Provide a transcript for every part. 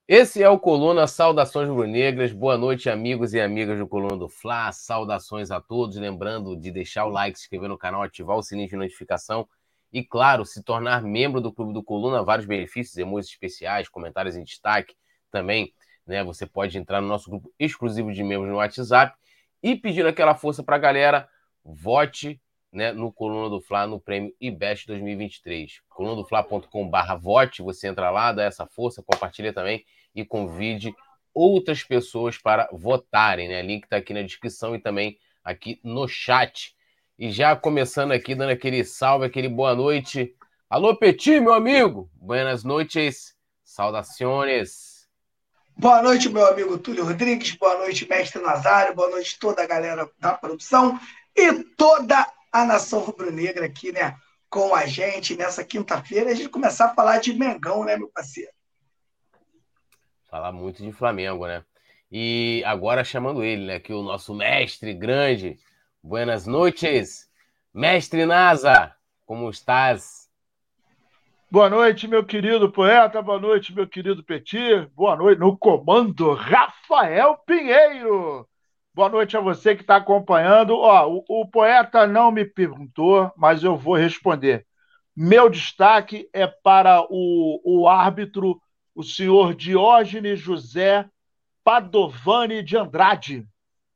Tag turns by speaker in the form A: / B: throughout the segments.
A: Esse é o Coluna Saudações Rubro-Negras. Boa noite, amigos e amigas do Coluna do Fla. Saudações a todos. Lembrando de deixar o like, se inscrever no canal, ativar o sininho de notificação e, claro, se tornar membro do Clube do Coluna. Vários benefícios, emojis especiais, comentários em destaque. Também, né, você pode entrar no nosso grupo exclusivo de membros no WhatsApp e pedir aquela força para a galera. Vote, né, no Coluna do Fla no prêmio IBEST 2023. colunadofla.com/vote. Você entra lá, dá essa força, compartilha também e convide outras pessoas para votarem, né? O link está aqui na descrição e também aqui no chat. E já começando aqui, dando aquele salve, aquele boa noite. Alô, Petit, meu amigo! Buenas noites, saudações.
B: Boa noite, meu amigo Túlio Rodrigues. Boa noite, mestre Nazário. Boa noite, toda a galera da produção e toda a nação rubro-negra aqui, né? Com a gente nessa quinta-feira. A gente começar a falar de Mengão, né, meu parceiro?
A: Falar muito de Flamengo, né? E agora chamando ele, né? Que o nosso mestre grande. Buenas noites, mestre Nasa. Como estás?
C: Boa noite, meu querido poeta. Boa noite, meu querido Petit. Boa noite no comando, Rafael Pinheiro. Boa noite a você que está acompanhando. O poeta não me perguntou, mas eu vou responder. Meu destaque é para o árbitro, o senhor Diógenes José Padovani de Andrade.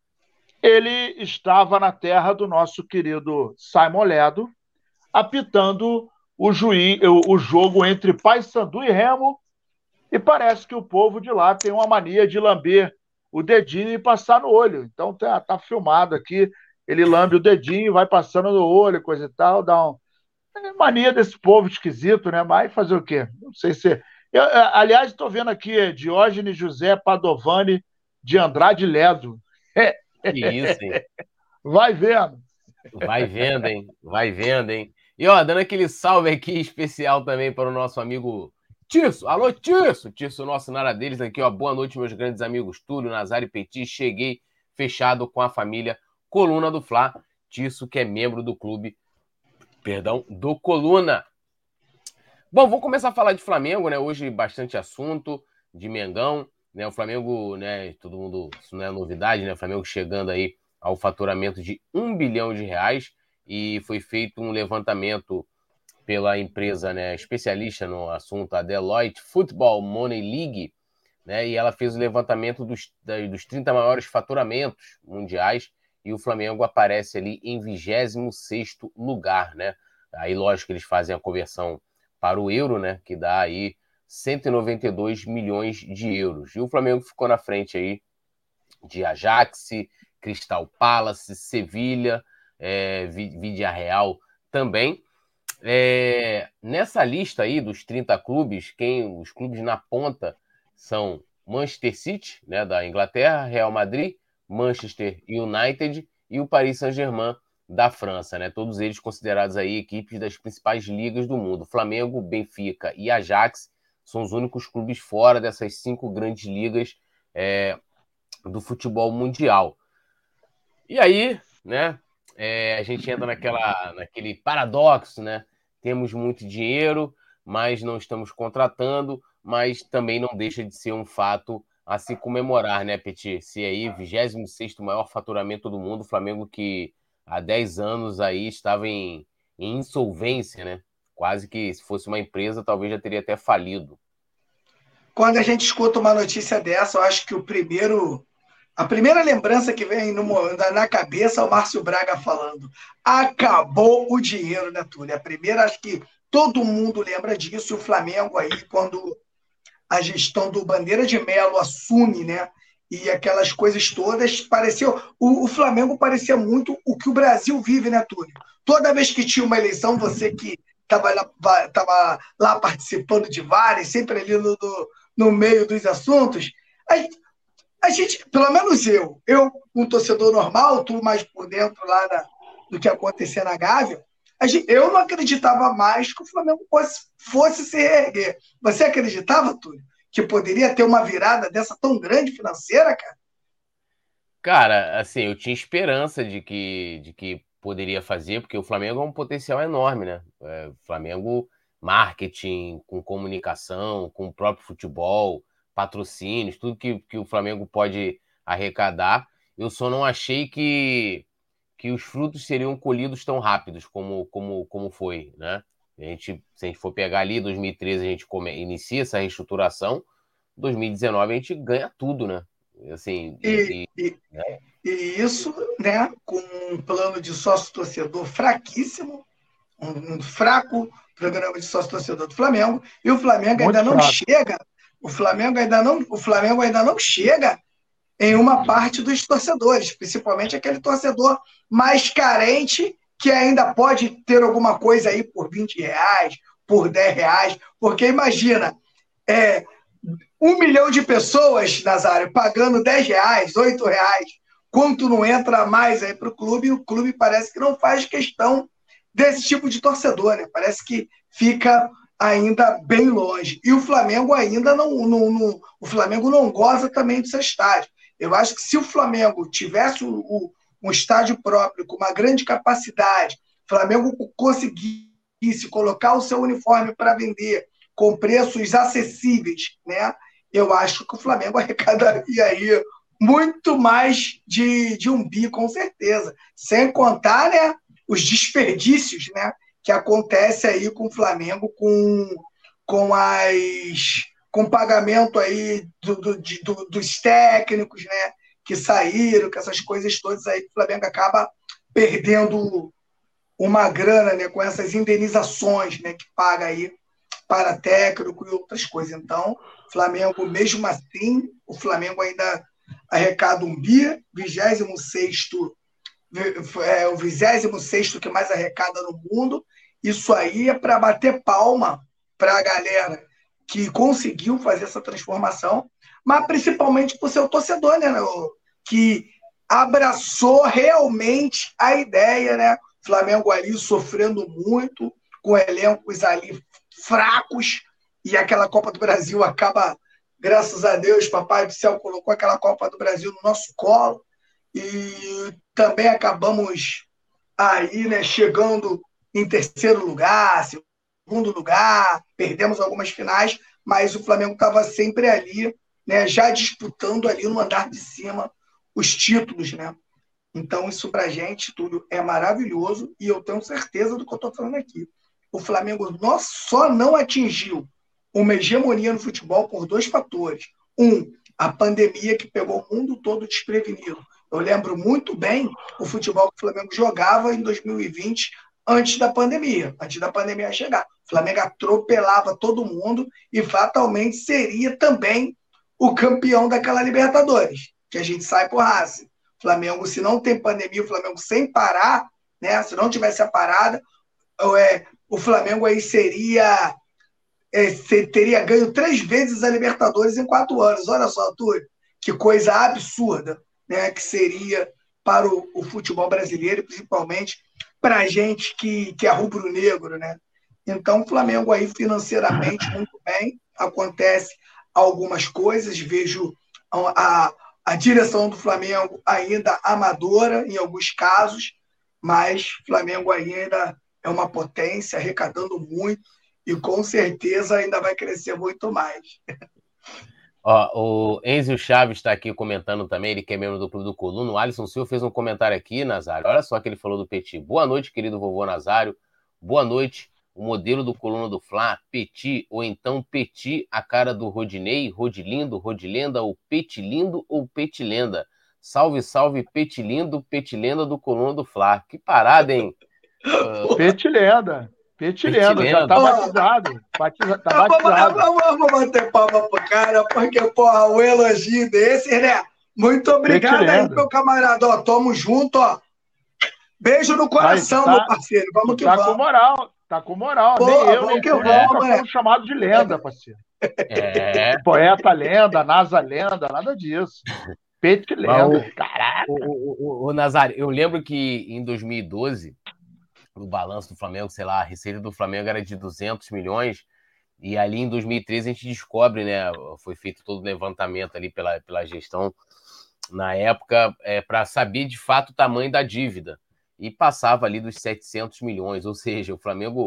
C: Ele estava na terra do nosso querido Simon Ledo, apitando o jogo entre Paysandu e Remo, e parece que o povo de lá tem uma mania de lamber o dedinho e passar no olho. Então tá filmado aqui, ele lambe o dedinho e vai passando no olho, coisa e tal, mania desse povo esquisito, né? Mas fazer o quê? Não sei se... aliás, estou vendo aqui Diógenes José Padovani de Andrade Ledo.
A: Que isso, hein?
C: Vai vendo.
A: Vai vendo, hein? Vai vendo, hein? E ó, dando aquele salve aqui especial também para o nosso amigo Tirso. Alô, Tirso! Tirso, nosso nara deles aqui, ó. Boa noite, meus grandes amigos Túlio, Nazário e Petit. Cheguei fechado com a família Coluna do Fla. Tirso, que é membro do clube, perdão, do Coluna. Bom, vou começar a falar de Flamengo, né? Hoje bastante assunto de Mengão, né? O Flamengo, né? Todo mundo, isso não é novidade, né? O Flamengo chegando aí ao faturamento de R$ 1 bilhão e foi feito um levantamento pela empresa, né, especialista no assunto, a Deloitte Football Money League, né? E ela fez o levantamento dos 30 maiores faturamentos mundiais e o Flamengo aparece ali em 26º lugar, né? Aí, lógico que eles fazem a conversão para o euro, né? Que dá aí 192 milhões de euros. E o Flamengo ficou na frente aí de Ajax, Crystal Palace, Sevilha, Villarreal também. Nessa lista aí dos 30 clubes, os clubes na ponta são Manchester City, né, da Inglaterra, Real Madrid, Manchester United e o Paris Saint-Germain da França, né? Todos eles considerados aí equipes das principais ligas do mundo. Flamengo, Benfica e Ajax são os únicos clubes fora dessas 5 grandes ligas do futebol mundial. E aí, né, a gente entra naquele paradoxo, né? Temos muito dinheiro, mas não estamos contratando, mas também não deixa de ser um fato a se comemorar, né, Petit? Se aí, 26º maior faturamento do mundo, o Flamengo que há 10 anos aí estava em insolvência, né? Quase que se fosse uma empresa, talvez já teria até falido.
B: Quando a gente escuta uma notícia dessa, eu acho que a primeira lembrança que vem na cabeça é o Márcio Braga falando: acabou o dinheiro, né, Túlio? A primeira, acho que todo mundo lembra disso. E o Flamengo aí, quando a gestão do Bandeira de Melo assume, né? E aquelas coisas todas, pareceu. O Flamengo parecia muito o que o Brasil vive, né, Túlio? Toda vez que tinha uma eleição, você que estava lá participando de várias, sempre ali no meio dos assuntos, a gente, pelo menos eu, um torcedor normal, tu mais por dentro lá do que acontecia na Gávea, eu não acreditava mais que o Flamengo fosse se reerguer. Você acreditava, Túlio, que poderia ter uma virada dessa tão grande financeira, cara?
A: Cara, assim, eu tinha esperança de que poderia fazer, porque o Flamengo é um potencial enorme, né? Flamengo, marketing, com comunicação, com o próprio futebol, patrocínios, tudo que o Flamengo pode arrecadar. Eu só não achei que os frutos seriam colhidos tão rápidos como foi, né? Se a gente for pegar ali, 2013 a gente inicia essa reestruturação, 2019 a gente ganha tudo, né? Assim,
B: né? E isso, né, com um plano de sócio-torcedor fraquíssimo, um fraco programa de sócio-torcedor do Flamengo, e o Flamengo ainda não chega, o Flamengo ainda não chega em uma parte dos torcedores, principalmente aquele torcedor mais carente, que ainda pode ter alguma coisa aí por R$20, por R$10, porque imagina, 1 milhão de pessoas, Nazário, pagando R$10, R$8, quanto não entra mais aí para o clube, e o clube parece que não faz questão desse tipo de torcedor, né? Parece que fica ainda bem longe. E o Flamengo ainda o Flamengo não goza também do seu estádio. Eu acho que se o Flamengo tivesse um estádio próprio, com uma grande capacidade, o Flamengo conseguisse colocar o seu uniforme para vender com preços acessíveis, né? Eu acho que o Flamengo arrecadaria aí muito mais de 1 bi, com certeza. Sem contar, né, os desperdícios, né, que acontece aí com o Flamengo, com o pagamento aí dos técnicos, né, que saíram, com essas coisas todas aí, que o Flamengo acaba perdendo uma grana, né, com essas indenizações, né, que paga aí para técnico e outras coisas. Então, Flamengo, mesmo assim, o Flamengo ainda arrecada 1 bi, o 26º que mais arrecada no mundo. Isso aí é para bater palma para a galera que conseguiu fazer essa transformação, mas principalmente para o seu torcedor, né, que abraçou realmente a ideia, né? Flamengo ali sofrendo muito, com elencos ali fracos, e aquela Copa do Brasil acaba, graças a Deus, Papai do Céu colocou aquela Copa do Brasil no nosso colo, e também acabamos aí, né, chegando em terceiro lugar, segundo lugar, perdemos algumas finais, mas o Flamengo estava sempre ali, né, já disputando ali no andar de cima os títulos, né? Então, isso para a gente tudo é maravilhoso, e eu tenho certeza do que eu estou falando aqui. O Flamengo só não atingiu uma hegemonia no futebol por 2 fatores. A pandemia, que pegou o mundo todo desprevenido. Eu lembro muito bem o futebol que o Flamengo jogava em 2020, antes da pandemia chegar. O Flamengo atropelava todo mundo e fatalmente seria também o campeão daquela Libertadores, que a gente sai por raça. Flamengo, se não tem pandemia, o Flamengo sem parar, né? Se não tivesse a parada, o Flamengo aí teria ganho 3 vezes a Libertadores em 4 anos. Olha só, Túlio, que coisa absurda, né, que seria para o futebol brasileiro, principalmente para a gente que é rubro-negro, né? Então, o Flamengo aí financeiramente muito bem, acontece algumas coisas, vejo a direção do Flamengo ainda amadora em alguns casos, mas o Flamengo ainda é uma potência, arrecadando muito, e com certeza ainda vai crescer muito mais.
A: Ó, o Enzio Chaves está aqui comentando também, ele que é membro do Clube do Coluna. O Alisson Silva fez um comentário aqui, Nazário. Olha só que ele falou do Petit. Boa noite, querido vovô Nazário. Boa noite. O modelo do Coluna do Fla, Petit, ou então Petit, a cara do Rodinei, Rodilindo, Rodilenda, ou Petilindo ou Petilenda. Salve, salve, Petilindo, Petilenda do Coluna do Fla. Que parada, hein?
C: Petilenda. Já tá batizado. Tá batizado.
B: Vamos bater palma pro cara, porque, porra, um elogio desse, né? Muito obrigado aí, meu camarada. Ó, tamo junto, ó. Beijo no coração, meu parceiro. Vamos que vamos.
C: Tá com moral.
B: Pô,
C: nem eu,
B: nem
C: tu nunca fomos chamados de lenda, parceiro. Poeta lenda, NASA lenda, nada disso. Petilenda. Caraca.
A: O Nazário, eu lembro que em 2012... no balanço do Flamengo, sei lá, a receita do Flamengo era de 200 milhões, e ali em 2013 a gente descobre, né, foi feito todo o levantamento ali pela gestão na época, para saber de fato o tamanho da dívida, e passava ali dos 700 milhões, ou seja, o Flamengo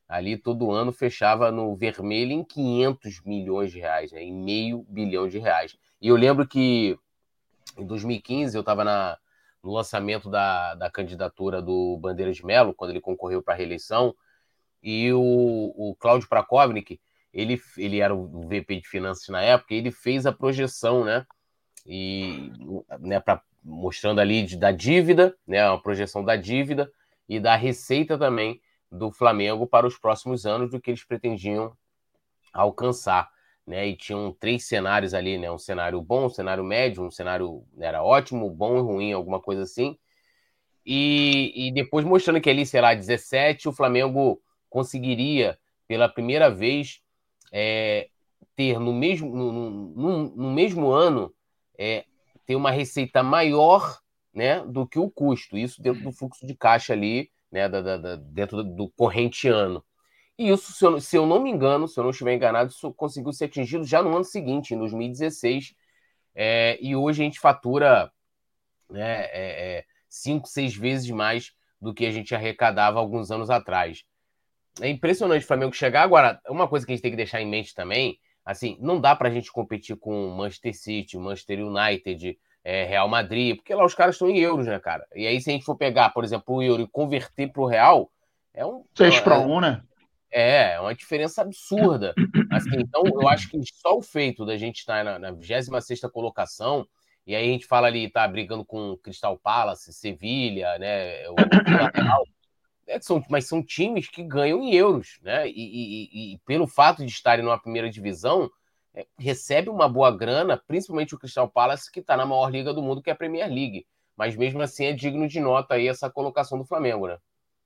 A: ali todo ano fechava no vermelho em 500 milhões de reais, né? Em meio bilhão de reais. E eu lembro que em 2015 eu estava no lançamento da candidatura do Bandeira de Mello, quando ele concorreu para a reeleição, e o Cláudio Prakovnik, ele era o VP de Finanças na época, e ele fez a projeção, né? E, né, mostrando ali da dívida, né, uma projeção da dívida e da receita também do Flamengo para os próximos anos, do que eles pretendiam alcançar, né? E tinham 3 cenários ali, né? Um cenário bom, um cenário médio, um cenário era ótimo, bom e ruim, alguma coisa assim. E depois mostrando que ali, sei lá, 17, o Flamengo conseguiria, pela primeira vez, ter no mesmo ano, ter uma receita maior, né, do que o custo. Isso dentro do fluxo de caixa ali, né, dentro do corrente ano. E isso, se eu não me engano, se eu não estiver enganado, isso conseguiu ser atingido já no ano seguinte, em 2016. E hoje a gente fatura, né, 5, 6 vezes mais do que a gente arrecadava alguns anos atrás. É impressionante o Flamengo chegar. Agora, uma coisa que a gente tem que deixar em mente também, assim, não dá pra gente competir com Manchester City, Manchester United, Real Madrid, porque lá os caras estão em euros, né, cara? E aí, se a gente for pegar, por exemplo, o euro e converter pro real,
C: 6-1, né?
A: É uma diferença absurda. Assim, então, eu acho que só o feito da gente estar na 26ª colocação, e aí a gente fala ali, tá brigando com Crystal Palace, Sevilha, né, o Villarreal, mas são times que ganham em euros, né? E pelo fato de estarem numa primeira divisão, recebe uma boa grana, principalmente o Crystal Palace, que está na maior liga do mundo, que é a Premier League. Mas mesmo assim é digno de nota aí essa colocação do Flamengo, né?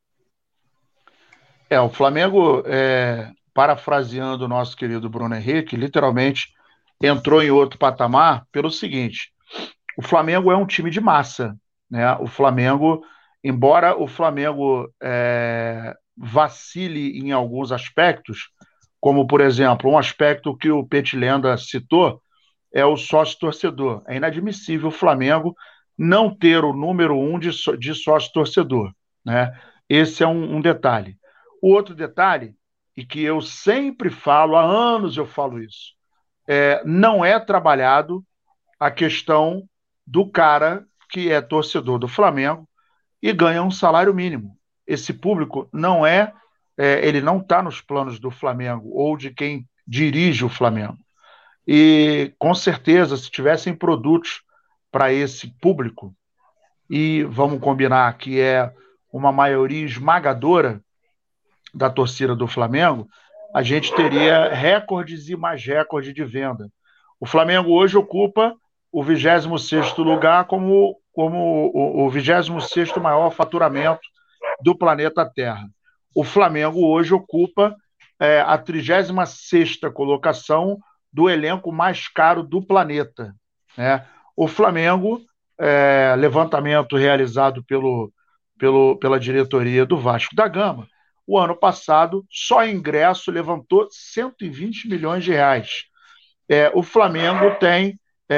C: O Flamengo, parafraseando o nosso querido Bruno Henrique, literalmente entrou em outro patamar pelo seguinte: o Flamengo é um time de massa, né? O Flamengo, embora o Flamengo vacile em alguns aspectos, como, por exemplo, um aspecto que o Petilenda citou, é o sócio-torcedor. É inadmissível o Flamengo não ter o número 1 de sócio-torcedor, né? Esse é um detalhe. O outro detalhe, e que eu sempre falo, há anos eu falo isso, não é trabalhado a questão do cara que é torcedor do Flamengo e ganha um salário mínimo. Esse público ele não está nos planos do Flamengo ou de quem dirige o Flamengo. E, com certeza, se tivessem produtos para esse público, e vamos combinar que é uma maioria esmagadora da torcida do Flamengo, a gente teria recordes e mais recordes de venda. O Flamengo hoje ocupa o 26º lugar como o 26º maior faturamento do planeta Terra. O Flamengo hoje ocupa a 36ª colocação do elenco mais caro do planeta, né? O Flamengo, levantamento realizado pela diretoria do Vasco da Gama, o ano passado, só ingresso levantou 120 milhões de reais. O Flamengo tem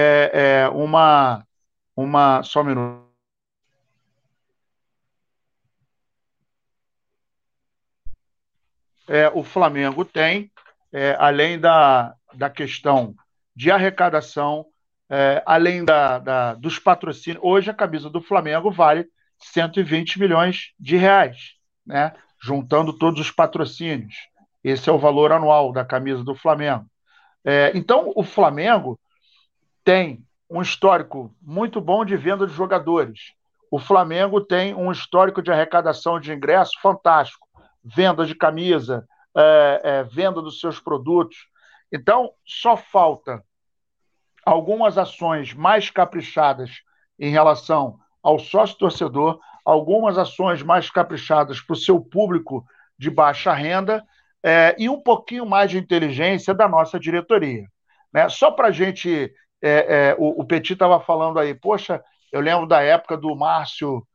C: só um minuto. O Flamengo tem, além da questão de arrecadação, além dos patrocínios, hoje a camisa do Flamengo vale 120 milhões de reais, né? Juntando todos os patrocínios. Esse é o valor anual da camisa do Flamengo. Então, o Flamengo tem um histórico muito bom de venda de jogadores. O Flamengo tem um histórico de arrecadação de ingresso fantástico. Venda de camisa, venda dos seus produtos. Então, só falta algumas ações mais caprichadas em relação ao sócio-torcedor, algumas ações mais caprichadas para o seu público de baixa renda e um pouquinho mais de inteligência da nossa diretoria, né? Só para a gente... o Petit estava falando aí, poxa, eu lembro da época do Márcio,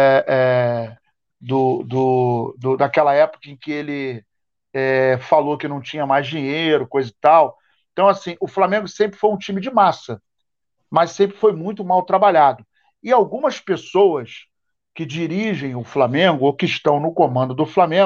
C: daquela época em que ele falou que não tinha mais dinheiro, coisa e tal. Então, assim, o Flamengo sempre foi um time de massa, mas sempre foi muito mal trabalhado. E algumas pessoas que dirigem o Flamengo ou que estão no comando do Flamengo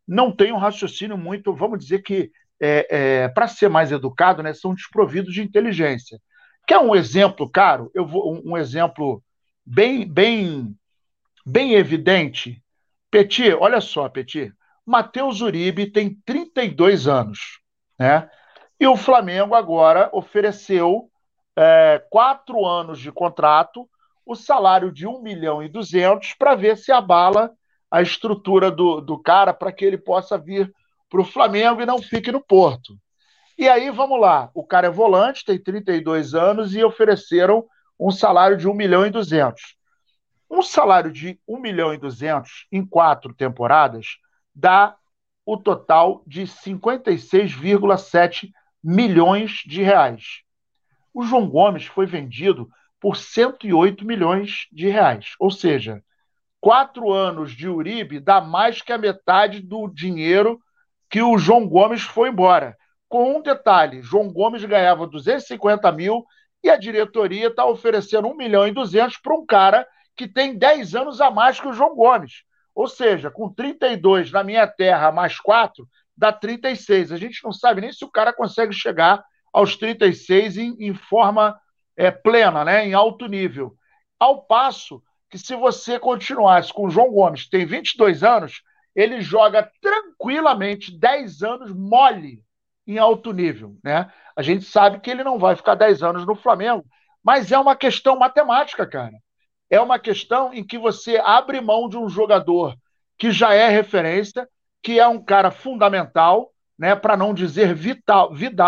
C: não têm um raciocínio muito, vamos dizer que, para ser mais educado, né, são desprovidos de inteligência. Quer um exemplo, Caro? Eu vou um exemplo bem, bem, bem evidente. Petit, olha só, Petit. Matheus Uribe tem 32 anos, né? E o Flamengo agora ofereceu 4 anos de contrato, o salário de 1.200.000 para ver se abala a estrutura do cara para que ele possa vir para o Flamengo e não fique no Porto. E aí, vamos lá, o cara é volante, tem 32 anos e ofereceram um salário de 1.200.000. Um salário de 1.200.000 em 4 temporadas dá o total de 56,7 milhões de reais. O João Gomes foi vendido por 108 milhões de reais. Ou seja, 4 anos de Uribe dá mais que a metade do dinheiro que o João Gomes foi embora. Com um detalhe, João Gomes ganhava 250 mil e a diretoria está oferecendo 1.200.000 para um cara que tem 10 anos a mais que o João Gomes. Ou seja, com 32 na minha terra mais 4, dá 36. A gente não sabe nem se o cara consegue chegar aos 36 em forma plena, né, em alto nível. Ao passo que se você continuasse com o João Gomes, que tem 22 anos, ele joga tranquilamente 10 anos mole em alto nível, né? A gente sabe que ele não vai ficar 10 anos no Flamengo, mas é uma questão matemática, cara. É uma questão em que você abre mão de um jogador que já é referência, que é um cara fundamental, né, para não dizer vital,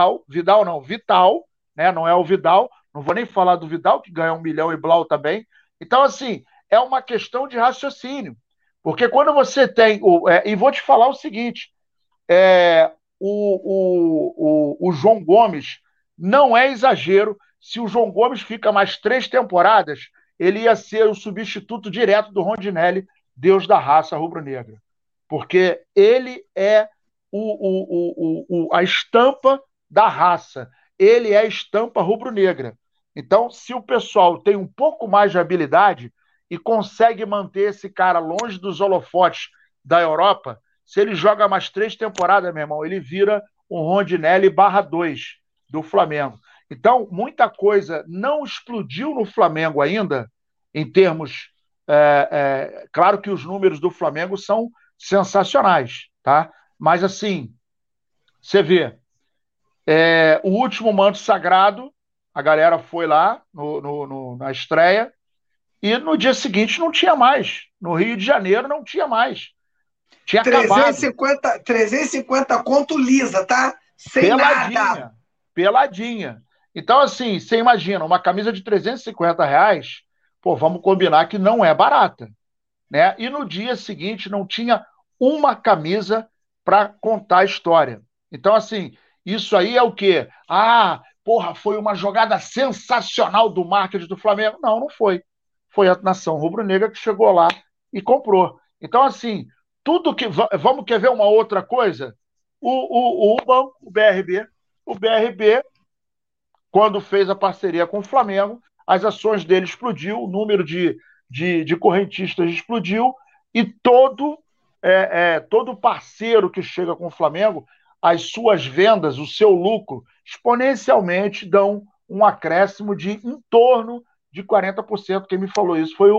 C: né, não é o Vidal, não vou nem falar do Vidal, que ganha 1 milhão e blau também. Então, assim, é uma questão de raciocínio, porque quando você tem, e vou te falar o seguinte, o João Gomes não é exagero, se o João Gomes fica mais 3 temporadas, ele ia ser o substituto direto do Rondinelli, Deus da raça rubro-negra. Porque ele é a estampa da raça. Ele é a estampa rubro-negra. Então, se o pessoal tem um pouco mais de habilidade e consegue manter esse cara longe dos holofotes da Europa, se ele joga mais 3 temporadas, meu irmão, ele vira um Rondinelli /2 do Flamengo. Então, muita coisa não explodiu no Flamengo ainda, em termos. Claro que os números do Flamengo são sensacionais, tá? Mas, assim, você vê, o último manto sagrado, a galera foi lá na estreia, e no dia seguinte não tinha mais. No Rio de Janeiro não tinha mais. Tinha
B: 350, 350 conto lisa, tá? Sem nada.
C: Peladinha. Então, assim, você imagina, uma camisa de R$ 350, pô, vamos combinar que não é barata, né? E no dia seguinte não tinha uma camisa para contar a história. Então, assim, isso aí é o quê? Ah, porra, foi uma jogada sensacional do marketing do Flamengo. Não, não foi. Foi a nação rubro-negra que chegou lá e comprou. Então, assim, tudo que. Vamos quer ver uma outra coisa? O banco, o BRB, quando fez a parceria com o Flamengo, as ações dele explodiu, o número de correntistas explodiu, e todo parceiro que chega com o Flamengo, as suas vendas, o seu lucro, exponencialmente dão um acréscimo de em torno de 40%. Quem me falou isso foi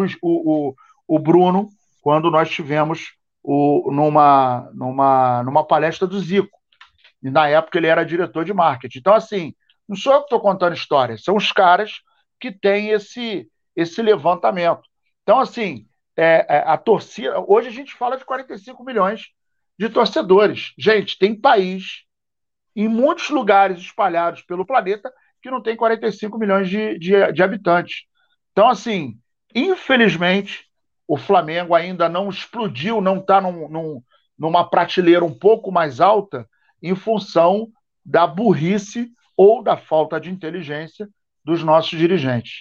C: o Bruno, quando nós tivemos numa palestra do Zico. E na época ele era diretor de marketing. Então, assim, não sou eu que estou contando histórias, são os caras que têm esse levantamento. Então, assim, a torcida. Hoje a gente fala de 45 milhões de torcedores. Gente, tem país em muitos lugares espalhados pelo planeta que não tem 45 milhões de habitantes. Então, assim, infelizmente, o Flamengo ainda não explodiu, não está numa prateleira um pouco mais alta em função da burrice ou da falta de inteligência dos nossos dirigentes.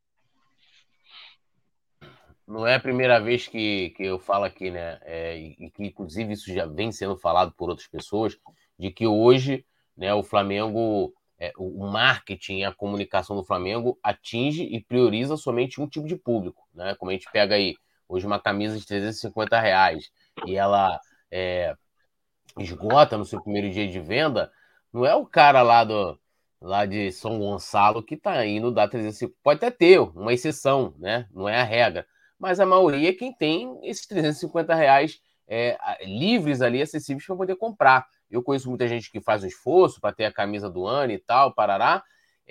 A: Não é a primeira vez que eu falo aqui, né? E que, inclusive, isso já vem sendo falado por outras pessoas, de que hoje, né, o Flamengo, o marketing e a comunicação do Flamengo atinge e prioriza somente um tipo de público, né? Como a gente pega aí, hoje, uma camisa de R$350 e ela esgota no seu primeiro dia de venda, não é o cara lá de São Gonçalo que está indo dar 350. Pode até ter uma exceção, né? Não é a regra. Mas a maioria é quem tem esses R$ 350 livres ali, acessíveis para poder comprar. Eu conheço muita gente que faz um esforço para ter a camisa do ano e tal, parará.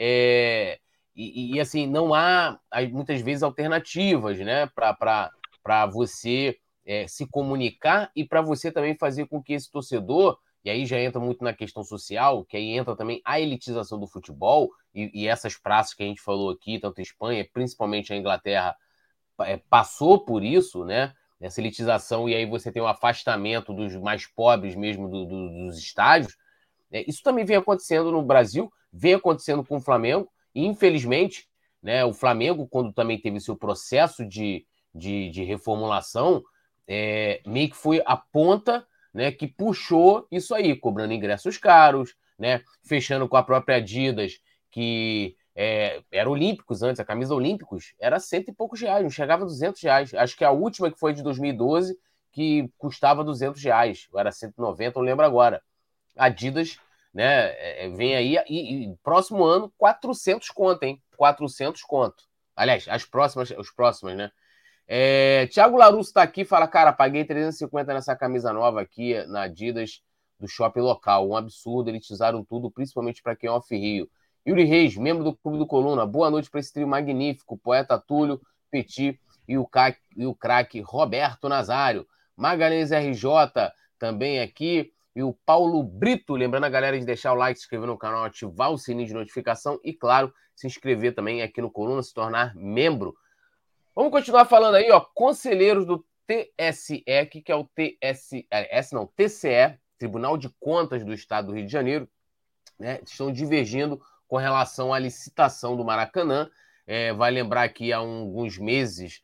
A: E assim, não há muitas vezes alternativas, né? Para você se comunicar e para você também fazer com que esse torcedor, e aí já entra muito na questão social, que aí entra também a elitização do futebol e essas praças que a gente falou aqui, tanto a Espanha, principalmente a Inglaterra, passou por isso, né? Essa elitização, e aí você tem um afastamento dos mais pobres mesmo dos estádios. Isso também vem acontecendo no Brasil, vem acontecendo com o Flamengo, e infelizmente, né, o Flamengo, quando também teve seu processo de reformulação, meio que foi a ponta, né, que puxou isso aí, cobrando ingressos caros, né, fechando com a própria Adidas, que era Olímpicos antes, a camisa Olímpicos era R$100 e poucos, não chegava a R$200. Acho que a última, que foi de 2012, que custava R$200, ou era 190, não lembro agora. Adidas, né, vem aí e próximo ano 400 conto, hein? 400 conto. Aliás, os próximas, né? Thiago Larusso tá aqui e fala, cara, paguei 350 nessa camisa nova aqui na Adidas do shopping local. Um absurdo, elitizaram tudo, principalmente para quem é off-Rio. Yuri Reis, membro do Clube do Coluna, boa noite para esse trio magnífico, poeta Túlio, Petit e o craque Roberto Nazário. Magalhães RJ também aqui. E o Paulo Brito, lembrando a galera de deixar o like, se inscrever no canal, ativar o sininho de notificação e, claro, se inscrever também aqui no Coluna, se tornar membro. Vamos continuar falando aí, ó, conselheiros do TSE, que é o TCE, Tribunal de Contas do Estado do Rio de Janeiro, né, estão divergindo com relação à licitação do Maracanã. Vai lembrar que há alguns meses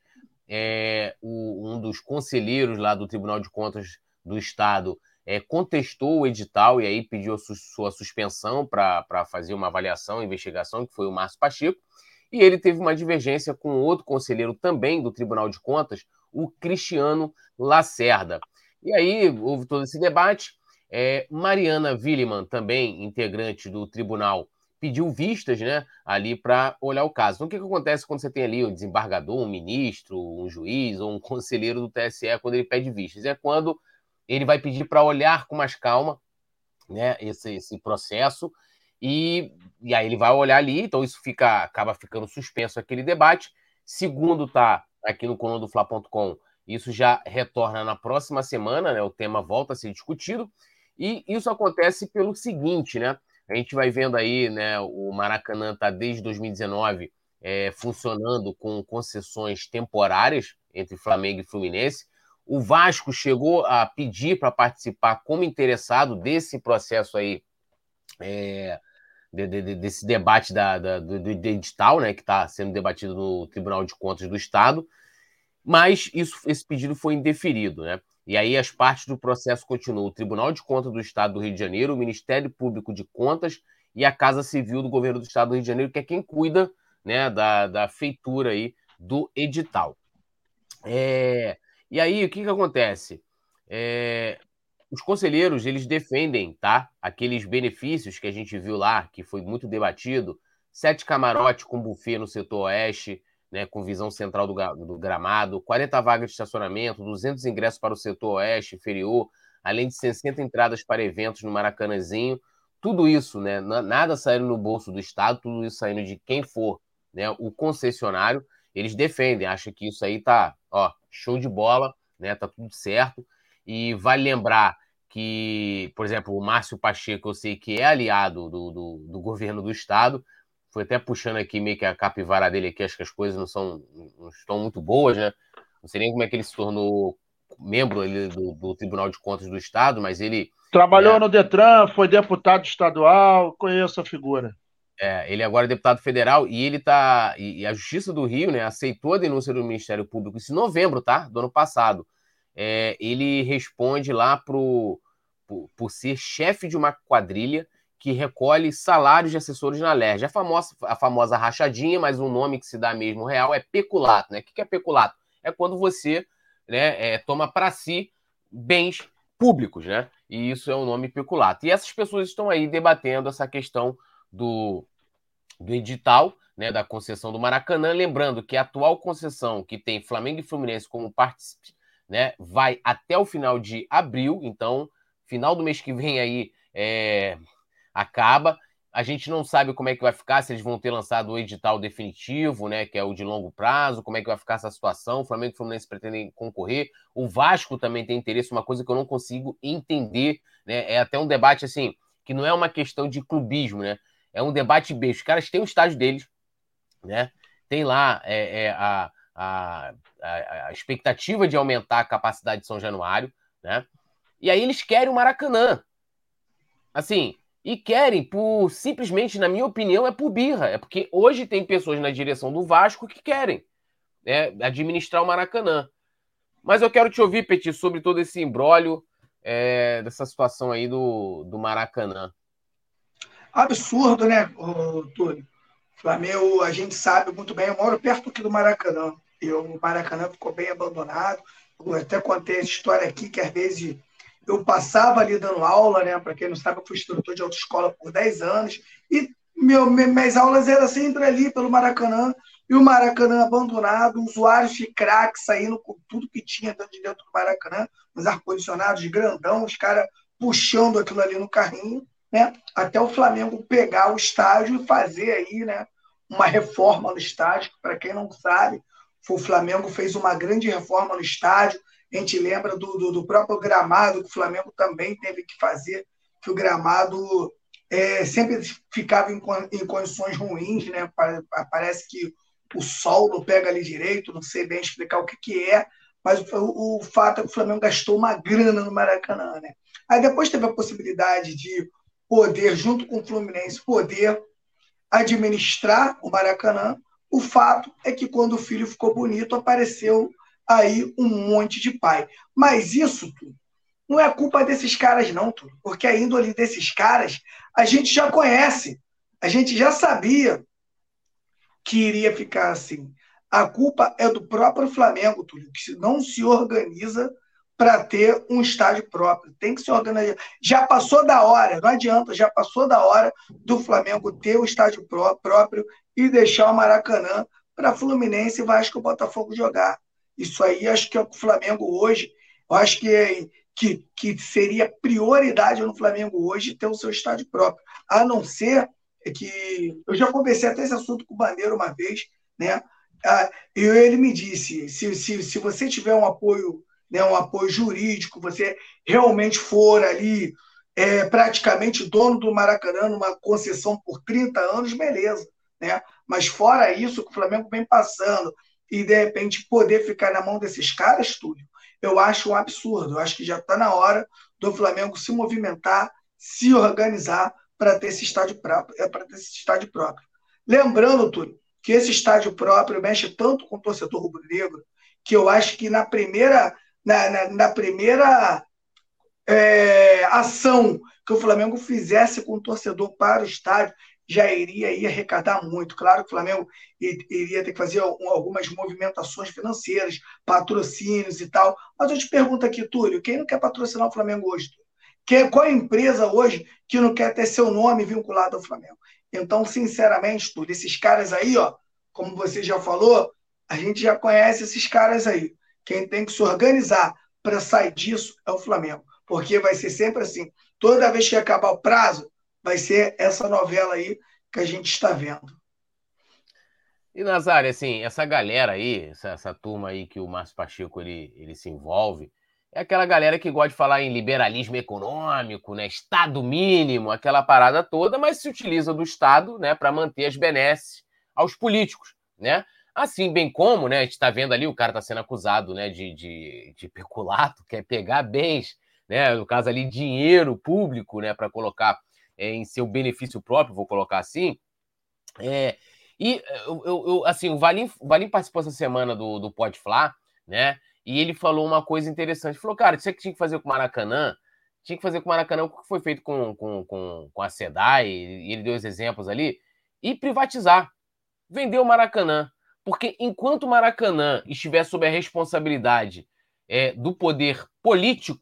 A: um dos conselheiros lá do Tribunal de Contas do Estado contestou o edital e aí pediu a sua suspensão para fazer uma avaliação, investigação, que foi o Márcio Pacheco. E ele teve uma divergência com outro conselheiro também do Tribunal de Contas, o Cristiano Lacerda. E aí houve todo esse debate. Mariana Williman, também integrante do tribunal, pediu vistas, né, ali para olhar o caso. Então, o que acontece quando você tem ali um desembargador, um ministro, um juiz ou um conselheiro do TSE quando ele pede vistas? É quando ele vai pedir para olhar com mais calma, né, esse processo. E aí ele vai olhar ali, então isso acaba ficando suspenso aquele debate. Segundo tá aqui no coluna do Fla.com, isso já retorna na próxima semana, né? O tema volta a ser discutido. E isso acontece pelo seguinte, né? A gente vai vendo aí, né? O Maracanã está desde 2019 funcionando com concessões temporárias entre Flamengo e Fluminense. O Vasco chegou a pedir para participar como interessado desse processo aí, desse debate do edital, né, que está sendo debatido no Tribunal de Contas do Estado, mas esse pedido foi indeferido, né? E aí as partes do processo continuam: o Tribunal de Contas do Estado do Rio de Janeiro, o Ministério Público de Contas e a Casa Civil do Governo do Estado do Rio de Janeiro, que é quem cuida, né, da feitura aí do edital. E aí, o que acontece? Os conselheiros, eles defendem, tá, aqueles benefícios que a gente viu lá, que foi muito debatido: 7 camarotes com buffet no setor oeste, né, com visão central do gramado, 40 vagas de estacionamento, 200 ingressos para o setor oeste inferior, além de 60 entradas para eventos no Maracanãzinho. Tudo isso, né, nada saindo no bolso do Estado, tudo isso saindo de quem for, né, o concessionário. Eles defendem, acham que isso aí tá, ó, show de bola, né, tá tudo certo. E vale lembrar que, por exemplo, o Márcio Pacheco, eu sei que é aliado do governo do Estado, foi até puxando aqui meio que a capivara dele aqui, acho que as coisas não estão muito boas, né? Não sei nem como é que ele se tornou membro ali do Tribunal de Contas do Estado, mas ele...
C: Trabalhou, né, no Detran, foi deputado estadual, conheço a figura.
A: Ele agora é deputado federal e ele tá... E a Justiça do Rio, né, aceitou a denúncia do Ministério Público, isso em novembro, tá? Do ano passado. Ele responde lá por ser chefe de uma quadrilha que recolhe salários de assessores na LERJ. A famosa rachadinha, mas o nome que se dá mesmo real é peculato, né? O que é peculato? É quando você, né, toma para si bens públicos, né? E isso é um nome peculato. E essas pessoas estão aí debatendo essa questão do edital, né, da concessão do Maracanã, lembrando que a atual concessão que tem Flamengo e Fluminense como partícipes, né, vai até o final de abril, então final do mês que vem aí acaba. A gente não sabe como é que vai ficar, se eles vão ter lançado o edital definitivo, né, que é o de longo prazo, como é que vai ficar essa situação. O Flamengo e o Fluminense pretendem concorrer. O Vasco também tem interesse, uma coisa que eu não consigo entender, né? É até um debate, assim, que não é uma questão de clubismo, né? É um debate beijo. Os caras têm o estádio deles, né? Tem lá a expectativa de aumentar a capacidade de São Januário, né? E aí eles querem o Maracanã. Assim, e querem por, simplesmente, na minha opinião, é por birra. É porque hoje tem pessoas na direção do Vasco que querem administrar o Maracanã. Mas eu quero te ouvir, Petit, sobre todo esse imbróglio dessa situação aí do Maracanã.
B: Absurdo, né, Túlio? Flamengo, a gente sabe muito bem, eu moro perto aqui do Maracanã. E o Maracanã ficou bem abandonado. Eu até contei essa história aqui, que às vezes eu passava ali dando aula, né? Para quem não sabe, eu fui instrutor de autoescola por 10 anos. E minhas aulas eram sempre ali pelo Maracanã. E o Maracanã abandonado, usuários de crack saindo com tudo que tinha dentro do Maracanã, os ar-condicionados grandão, os caras puxando aquilo ali no carrinho, né? Até o Flamengo pegar o estádio e fazer aí, né, uma reforma no estádio. Para quem não sabe, o Flamengo fez uma grande reforma no estádio. A gente lembra do próprio gramado, que o Flamengo também teve que fazer, que o gramado sempre ficava em condições ruins, né? Parece que o sol não pega ali direito, não sei bem explicar o que é, mas o fato é que o Flamengo gastou uma grana no Maracanã, né? Aí depois teve a possibilidade de poder, junto com o Fluminense, poder administrar o Maracanã. O fato é que quando o filho ficou bonito, apareceu aí um monte de pai. Mas isso tudo não é culpa desses caras, não, tudo, porque a índole desses caras a gente já conhece, a gente já sabia que iria ficar assim. A culpa é do próprio Flamengo, Túlio, que não se organiza para ter um estádio próprio. Tem que se organizar. Já passou da hora, não adianta, já passou da hora do Flamengo ter o estádio próprio e deixar o Maracanã para Fluminense, Vasco e Botafogo jogar. Isso aí acho que é o Flamengo hoje, eu acho que seria prioridade no Flamengo hoje ter o seu estádio próprio, a não ser que eu já conversei até esse assunto com o Bandeira uma vez, né? E ele me disse, se você tiver um apoio, né, um apoio jurídico, você realmente for ali praticamente dono do Maracanã, numa concessão por 30 anos, beleza, né? Mas fora isso, que o Flamengo vem passando e de repente poder ficar na mão desses caras, Túlio, eu acho um absurdo. Eu acho que já está na hora do Flamengo se movimentar, se organizar para ter esse estádio próprio. Lembrando, Túlio, que esse estádio próprio mexe tanto com o torcedor rubro-negro, que eu acho que na primeira ação que o Flamengo fizesse com o torcedor para o estádio, já iria arrecadar muito. Claro que o Flamengo iria ter que fazer algumas movimentações financeiras, patrocínios e tal. Mas eu te pergunto aqui, Túlio, quem não quer patrocinar o Flamengo hoje? Qual é a empresa hoje que não quer ter seu nome vinculado ao Flamengo? Então, sinceramente, Túlio, esses caras aí, ó, como você já falou, a gente já conhece esses caras aí. Quem tem que se organizar para sair disso é o Flamengo. Porque vai ser sempre assim. Toda vez que acabar o prazo, vai ser essa novela aí que a gente está vendo.
A: E, Nazário, assim, essa galera aí, essa turma aí que o Márcio Pacheco ele se envolve, é aquela galera que gosta de falar em liberalismo econômico, né, Estado mínimo, aquela parada toda, mas se utiliza do Estado, né, para manter as benesses aos políticos, né? Assim, bem como, né, a gente está vendo ali, o cara está sendo acusado, né, de peculato, quer pegar bens, né, no caso ali, dinheiro público, né, para colocar em seu benefício próprio, vou colocar assim. E assim, o Valim participou essa semana do Pode Fla, né? E ele falou uma coisa interessante. Falou, cara, isso que tinha que fazer com o Maracanã, tinha que fazer com o Maracanã o que foi feito com a SEDAI, e ele deu os exemplos ali, e privatizar, vender o Maracanã. Porque enquanto o Maracanã estiver sob a responsabilidade do poder político,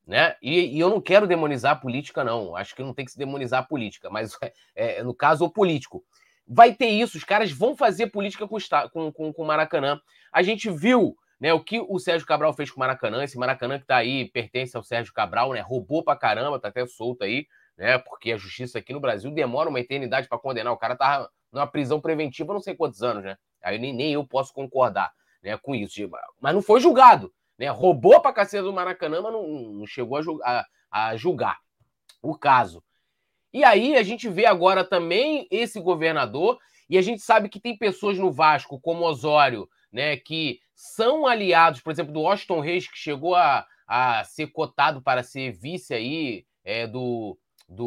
A: né? E eu não quero demonizar a política, não. Acho que não tem que se demonizar a política, mas no caso, o político. Vai ter isso, os caras vão fazer política com o Maracanã. A gente viu, né, o que o Sérgio Cabral fez com o Maracanã. Esse Maracanã que tá aí pertence ao Sérgio Cabral, né? Roubou pra caramba, tá até solto aí, né? Porque a justiça aqui no Brasil demora uma eternidade para condenar. O cara tá numa prisão preventiva não sei quantos anos, né? Aí nem eu posso concordar, né, com isso. Mas não foi julgado, né? Roubou pra cacete do Maracanã, mas não chegou a julgar o caso. E aí a gente vê agora também esse governador, e a gente sabe que tem pessoas no Vasco, como Osório, né, que são aliados, por exemplo, do Washington Reis, que chegou a ser cotado para ser vice aí do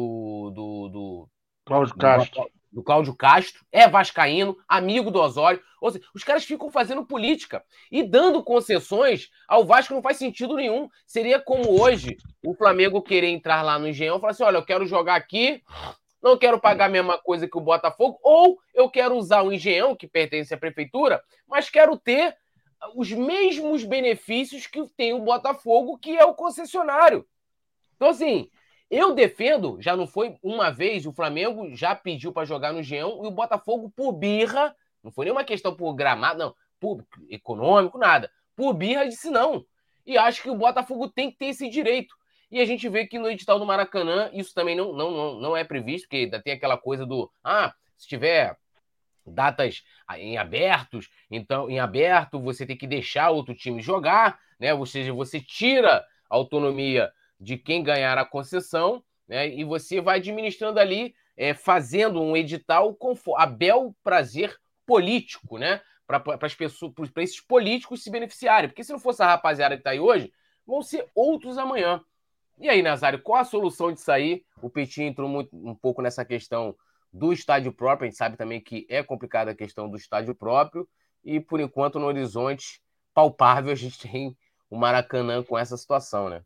C: Cláudio Castro.
A: Do Cláudio Castro, é vascaíno, amigo do Osório. Ou seja, os caras ficam fazendo política e dando concessões ao Vasco não faz sentido nenhum. Seria como hoje o Flamengo querer entrar lá no Engenhão e falar assim, olha, eu quero jogar aqui, não quero pagar a mesma coisa que o Botafogo, ou eu quero usar o Engenhão, que pertence à prefeitura, mas quero ter os mesmos benefícios que tem o Botafogo, que é o concessionário. Então, assim, eu defendo, já não foi uma vez, o Flamengo já pediu para jogar no Engenhão e o Botafogo, por birra, não foi nenhuma questão por gramado, não, por econômico, nada. Por birra, disse não. E acho que o Botafogo tem que ter esse direito. E a gente vê que no edital do Maracanã, isso também não é previsto, porque ainda tem aquela coisa do, se tiver datas em abertos, então em aberto você tem que deixar outro time jogar, né? Ou seja, você tira a autonomia de quem ganhar a concessão, né? E você vai administrando ali, fazendo um edital a bel prazer político, né? Para esses políticos se beneficiarem. Porque se não fosse a rapaziada que está aí hoje, vão ser outros amanhã. E aí, Nazário, qual a solução disso aí? O Petinho entrou um pouco nessa questão do estádio próprio. A gente sabe também que é complicada a questão do estádio próprio. E, por enquanto, no horizonte palpável, a gente tem o Maracanã com essa situação, né?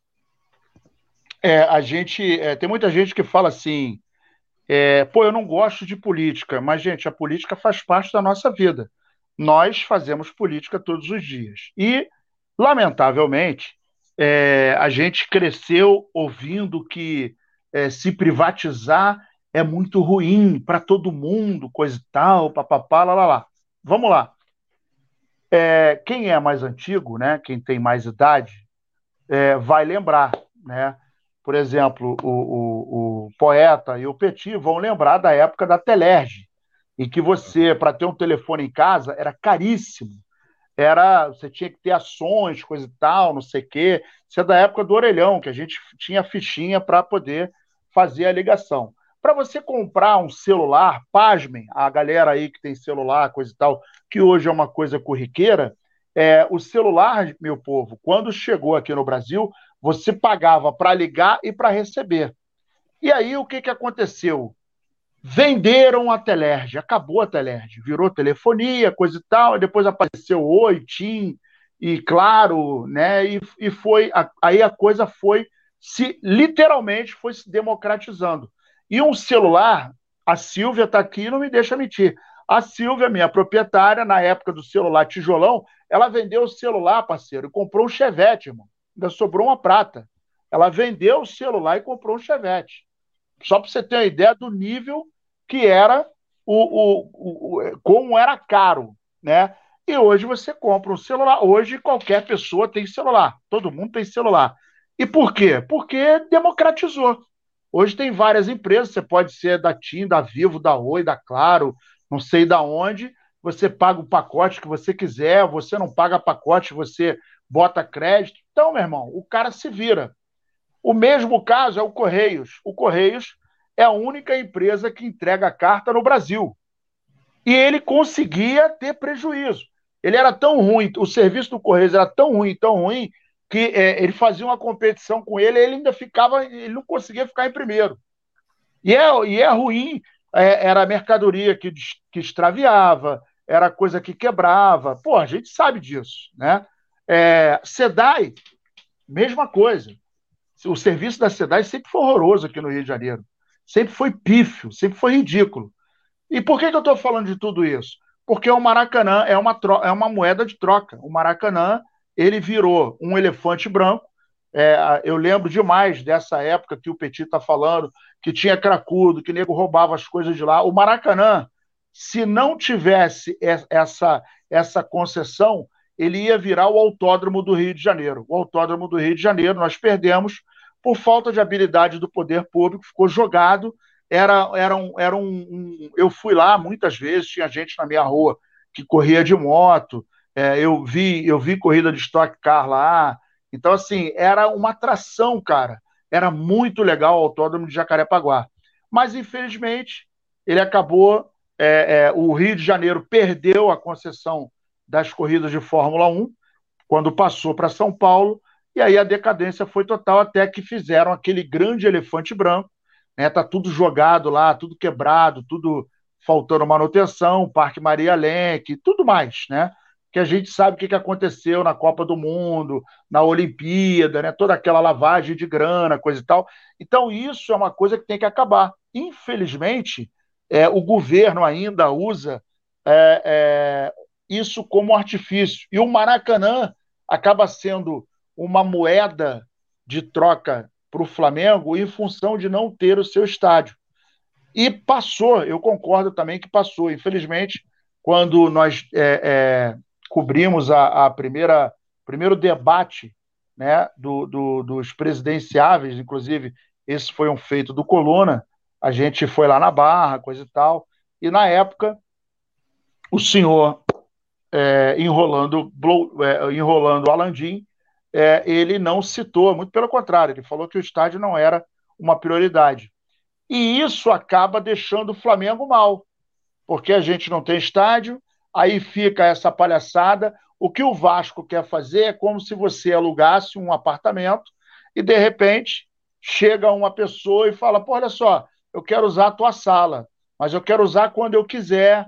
C: Tem muita gente que fala assim, eu não gosto de política, mas, gente, a política faz parte da nossa vida. Nós fazemos política todos os dias. E, lamentavelmente, a gente cresceu ouvindo que se privatizar é muito ruim para todo mundo, coisa e tal, papapá, lá, lá, lá. Vamos lá. Quem é mais antigo, né, quem tem mais idade, vai lembrar, né? Por exemplo, o Poeta e o Petit vão lembrar da época da Telerge, em que você, para ter um telefone em casa, era caríssimo. Você tinha que ter ações, coisa e tal, não sei o quê. Isso é da época do orelhão, que a gente tinha fichinha para poder fazer a ligação. Para você comprar um celular, pasmem, a galera aí que tem celular, coisa e tal, que hoje é uma coisa corriqueira, o celular, meu povo, quando chegou aqui no Brasil, você pagava para ligar e para receber. E aí, o que aconteceu? Venderam a Telerge, acabou a Telerge, virou telefonia, coisa e tal, e depois apareceu Oi, TIM e Claro, né? E foi, aí a coisa literalmente foi se democratizando. E um celular, a Silvia está aqui e não me deixa mentir. A Silvia, minha proprietária, na época do celular tijolão, ela vendeu o celular, parceiro, e comprou um Chevette, irmão. Ainda sobrou uma prata. Ela vendeu o celular e comprou um Chevette. Só para você ter uma ideia do nível que era como era caro, né? E hoje você compra um celular. Hoje qualquer pessoa tem celular. Todo mundo tem celular. E por quê? Porque democratizou. Hoje tem várias empresas. Você pode ser da TIM, da Vivo, da Oi, da Claro, não sei da onde. Você paga o pacote que você quiser. Você não paga pacote, você bota crédito. Então, meu irmão, o cara se vira. O mesmo caso é o Correios. O Correios é a única empresa que entrega carta no Brasil. E ele conseguia ter prejuízo. Ele era tão ruim, o serviço do Correios era tão ruim, que ele fazia uma competição com ele ainda ele não conseguia ficar em primeiro. E é ruim, era a mercadoria que extraviava, era coisa que quebrava. Pô, a gente sabe disso, né? SEDAI, mesma coisa. O serviço da SEDAI sempre foi horroroso aqui no Rio de Janeiro. Sempre foi pífio, sempre foi ridículo. E por que eu estou falando de tudo isso? Porque o Maracanã é uma moeda de troca. O Maracanã, ele virou um elefante branco Eu lembro demais dessa época que o Petit está falando, que tinha cracudo, que nego roubava as coisas de lá. O Maracanã, se não tivesse essa concessão, ele ia virar o Autódromo do Rio de Janeiro. O Autódromo do Rio de Janeiro nós perdemos por falta de habilidade do poder público, ficou jogado. Eu fui lá muitas vezes, tinha gente na minha rua que corria de moto, eu vi corrida de Stock Car lá. Então, assim, era uma atração, cara. Era muito legal o Autódromo de Jacarepaguá. Mas, infelizmente, ele acabou. O Rio de Janeiro perdeu a concessão das corridas de Fórmula 1 quando passou para São Paulo, e aí a decadência foi total, até que fizeram aquele grande elefante branco, né? Tá tudo jogado lá, tudo quebrado, tudo faltando manutenção, Parque Maria Lenk, tudo mais, né? Que a gente sabe o que aconteceu na Copa do Mundo, na Olimpíada, né? Toda aquela lavagem de grana, coisa e tal. Então, isso é uma coisa que tem que acabar. Infelizmente, o governo ainda usa isso como artifício. E o Maracanã acaba sendo uma moeda de troca para o Flamengo em função de não ter o seu estádio. E passou, eu concordo também que passou. Infelizmente, quando nós cobrimos primeiro debate, né, dos presidenciáveis, inclusive esse foi um feito do Coluna, a gente foi lá na Barra, coisa e tal, e na época o senhor enrolando o Alandim, ele não citou, muito pelo contrário, ele falou que o estádio não era uma prioridade. E isso acaba deixando o Flamengo mal, porque a gente não tem estádio, aí fica essa palhaçada. O que o Vasco quer fazer é como se você alugasse um apartamento e, de repente, chega uma pessoa e fala: pô, olha só, eu quero usar a tua sala, mas eu quero usar quando eu quiser.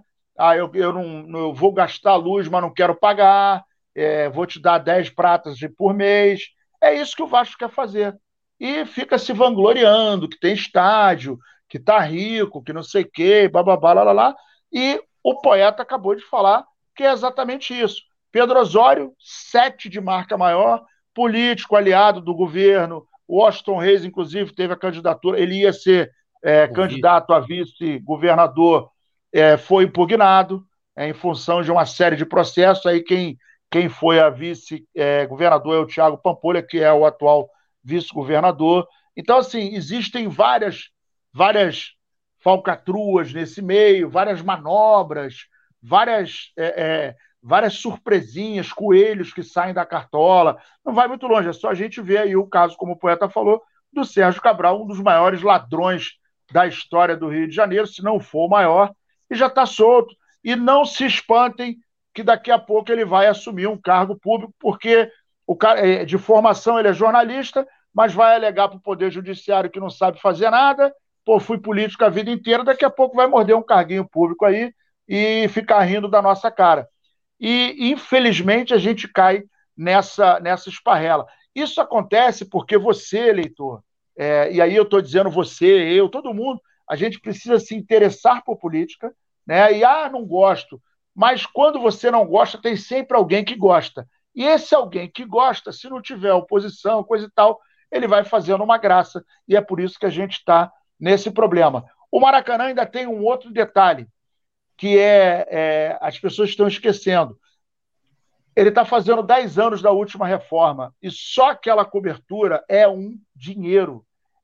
C: Eu vou gastar luz, mas não quero pagar, vou te dar 10 pratas por mês. É isso que o Vasco quer fazer. E fica se vangloriando que tem estádio, que tá rico, que não sei o quê, bababá, lá, lá, lá. E o poeta acabou de falar que é exatamente isso. Pedro Osório, 7 de marca maior, político, aliado do governo. O Washington Reis, inclusive, teve a candidatura, ele ia ser candidato a vice-governador, foi impugnado em função de uma série de processos. Aí quem foi a vice-governador é o Thiago Pampolha, que é o atual vice-governador. Então, assim, existem várias falcatruas nesse meio, várias manobras, várias surpresinhas, coelhos que saem da cartola. Não vai muito longe, é só a gente ver aí o caso, como o poeta falou, do Sérgio Cabral, um dos maiores ladrões da história do Rio de Janeiro, se não for o maior, e já está solto. E não se espantem que daqui a pouco ele vai assumir um cargo público, porque o cara, de formação, ele é jornalista, mas vai alegar para o Poder Judiciário que não sabe fazer nada. Pô, fui político a vida inteira, daqui a pouco vai morder um carguinho público aí e ficar rindo da nossa cara. E, infelizmente, a gente cai nessa esparrela. Isso acontece porque você, eleitor, e aí eu estou dizendo você, eu, todo mundo, a gente precisa se interessar por política, né? E, não gosto. Mas quando você não gosta, tem sempre alguém que gosta. E esse alguém que gosta, se não tiver oposição, coisa e tal, ele vai fazendo uma graça. E é por isso que a gente está nesse problema. O Maracanã ainda tem um outro detalhe, que as pessoas estão esquecendo. Ele está fazendo 10 anos da última reforma, e só aquela cobertura é um dinheiro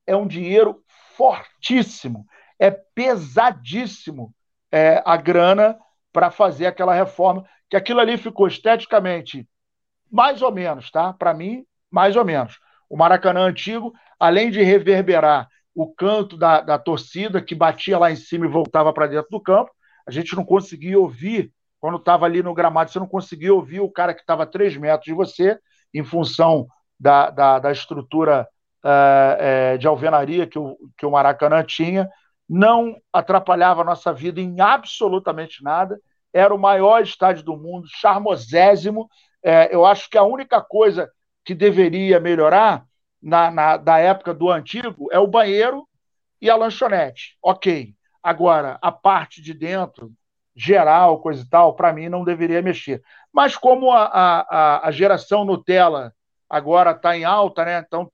C: fortíssimo, é pesadíssimo a grana para fazer aquela reforma, que aquilo ali ficou esteticamente mais ou menos, tá? Para mim, mais ou menos. O Maracanã antigo, além de reverberar o canto da torcida, que batia lá em cima e voltava para dentro do campo, a gente não conseguia ouvir, quando estava ali no gramado, você não conseguia ouvir o cara que estava a 3 metros de você, em função da estrutura de alvenaria que o Maracanã tinha. Não atrapalhava a nossa vida em absolutamente nada. Era o maior estádio do mundo, charmosésimo. Eu acho que a única coisa que deveria melhorar da época do antigo é o banheiro e a lanchonete. Ok. Agora, a parte de dentro, geral, coisa e tal, para mim não deveria mexer. Mas como a geração Nutella agora está em alta, né? Então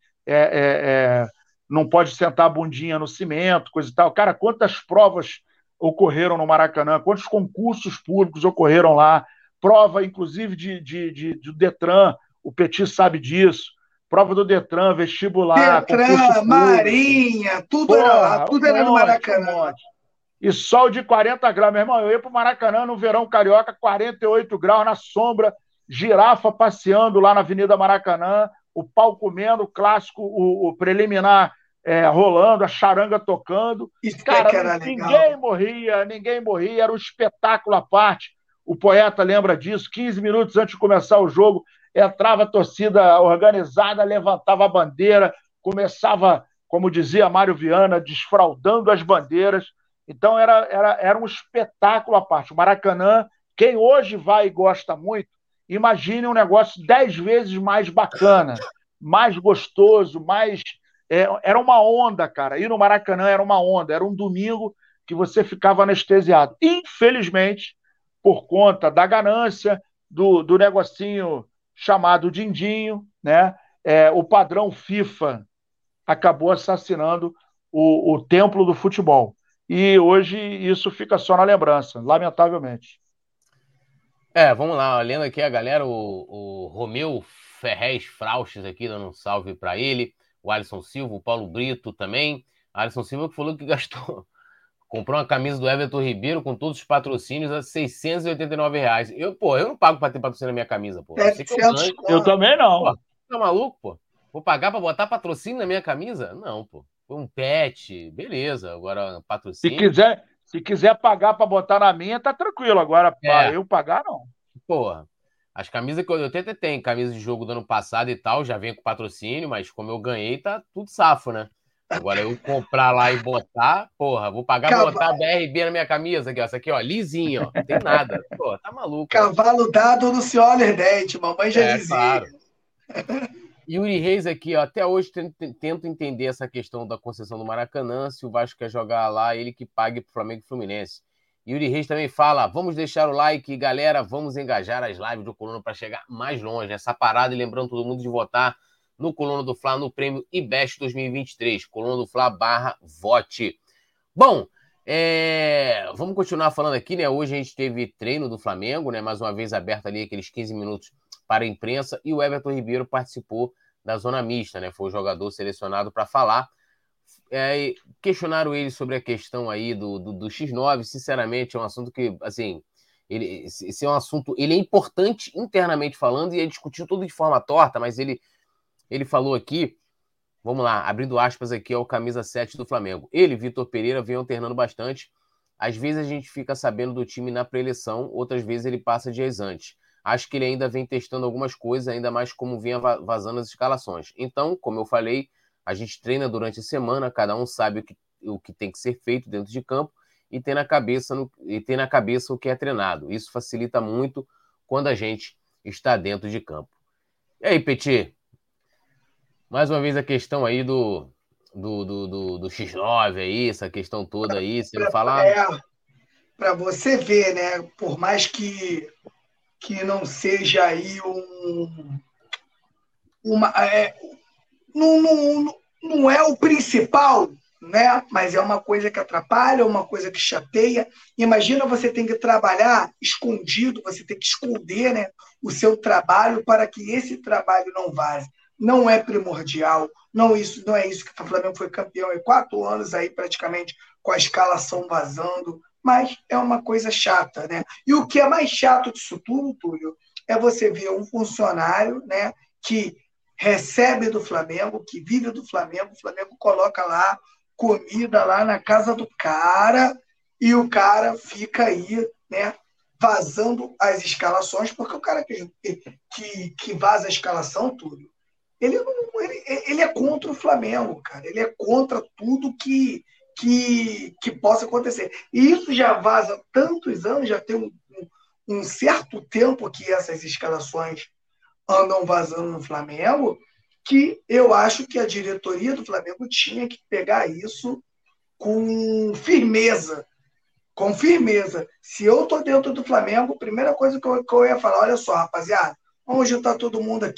C: não pode sentar a bundinha no cimento, coisa e tal. Cara, quantas provas ocorreram no Maracanã, quantos concursos públicos ocorreram lá, prova, inclusive, do Detran, o Petit sabe disso, prova do Detran, vestibular, concurso
B: Detran,
C: público.
B: Marinha, tudo era no Maracanã.
C: Um monte. E sol de 40 graus. Meu irmão, eu ia para o Maracanã no verão carioca, 48 graus na sombra, girafa passeando lá na Avenida Maracanã, o pau comendo, o clássico, o preliminar rolando, a charanga tocando.
B: Isso
C: cara,
B: que era legal.
C: Ninguém morria, era um espetáculo à parte. O Poeta lembra disso, 15 minutos antes de começar o jogo, entrava a torcida organizada, levantava a bandeira, começava, como dizia Mário Viana, desfraldando as bandeiras. Então era um espetáculo à parte. O Maracanã, quem hoje vai e gosta muito, imagine um negócio 10 vezes mais bacana, mais gostoso, mais... era uma onda, cara. Ir no Maracanã era uma onda. Era um domingo que você ficava anestesiado. Infelizmente, por conta da ganância, do negocinho chamado Dindinho, né? O padrão FIFA acabou assassinando o templo do futebol. E hoje isso fica só na lembrança, lamentavelmente.
A: Vamos lá, lendo aqui a galera, o Romeu Ferrez Frauches aqui, dando um salve para ele, o Alisson Silva, o Paulo Brito também, Alisson Silva que falou que comprou uma camisa do Everton Ribeiro com todos os patrocínios a R$689. Eu não pago para ter patrocínio na minha camisa, pô.
C: Eu também não.
A: Pô, tá maluco, pô? Vou pagar para botar patrocínio na minha camisa? Não, pô. Foi um pet, beleza. Agora, patrocínio...
C: Se quiser pagar para botar na minha, tá tranquilo. Agora, eu pagar, não.
A: Porra. As camisas que eu até tenho, camisa de jogo do ano passado e tal, já vem com patrocínio, mas como eu ganhei, tá tudo safo, né? Agora eu comprar lá e botar, porra, vou pagar pra botar a BRB na minha camisa aqui, ó. Essa aqui, ó, lisinha, ó. Não tem nada. Pô, tá maluco.
B: Cavalo dado no se olha dente, mamãe já dizia.
A: Claro. Yuri Reis aqui, ó, até hoje tento entender essa questão da concessão do Maracanã, se o Vasco quer jogar lá, ele que pague pro Flamengo e Fluminense. Yuri Reis também fala, vamos deixar o like, galera, vamos engajar as lives do Coluna para chegar mais longe, essa parada, e lembrando todo mundo de votar no Coluna do Fla, no prêmio IBEST 2023, Coluna do Fla /vote. Bom, vamos continuar falando aqui, né? Hoje a gente teve treino do Flamengo, né? Mais uma vez aberto ali aqueles 15 minutos para a imprensa, e o Everton Ribeiro participou da zona mista, né? Foi o jogador selecionado para falar. Questionaram ele sobre a questão aí do X9. Sinceramente, é um assunto que, assim, esse é um assunto, ele é importante internamente falando, e ele discutiu tudo de forma torta, mas ele falou aqui, vamos lá, abrindo aspas aqui, é o camisa 7 do Flamengo. Ele, Vitor Pereira, vem alternando bastante. Às vezes a gente fica sabendo do time na pré-eleição, outras vezes ele passa dias antes. Acho que ele ainda vem testando algumas coisas, ainda mais como vinha vazando as escalações. Então, como eu falei, a gente treina durante a semana, cada um sabe o que tem que ser feito dentro de campo e tem na cabeça o que é treinado. Isso facilita muito quando a gente está dentro de campo. E aí, Petit? Mais uma vez a questão aí do X9 aí, essa questão toda aí, você não falar?
B: Para você ver, né? Por mais que não seja aí não é o principal, né? Mas é uma coisa que atrapalha, uma coisa que chateia. Imagina você tem que trabalhar escondido, você tem que esconder, né, o seu trabalho para que esse trabalho não vaze. Não é primordial, não é isso que o Flamengo foi campeão em 4 anos aí praticamente com a escalação vazando, mas é uma coisa chata, né? E o que é mais chato disso tudo, Túlio, é você ver um funcionário, né, que recebe do Flamengo, que vive do Flamengo, o Flamengo coloca lá comida lá na casa do cara e o cara fica aí, né, vazando as escalações, porque o cara que vaza a escalação, tudo, ele é contra o Flamengo, cara. Ele é contra tudo que possa acontecer. E isso já vaza tantos anos, já tem um certo tempo que essas escalações andam vazando no Flamengo, que eu acho que a diretoria do Flamengo tinha que pegar isso com firmeza. Com firmeza. Se eu estou dentro do Flamengo, a primeira coisa que eu ia falar, olha só, rapaziada, vamos juntar todo mundo aqui.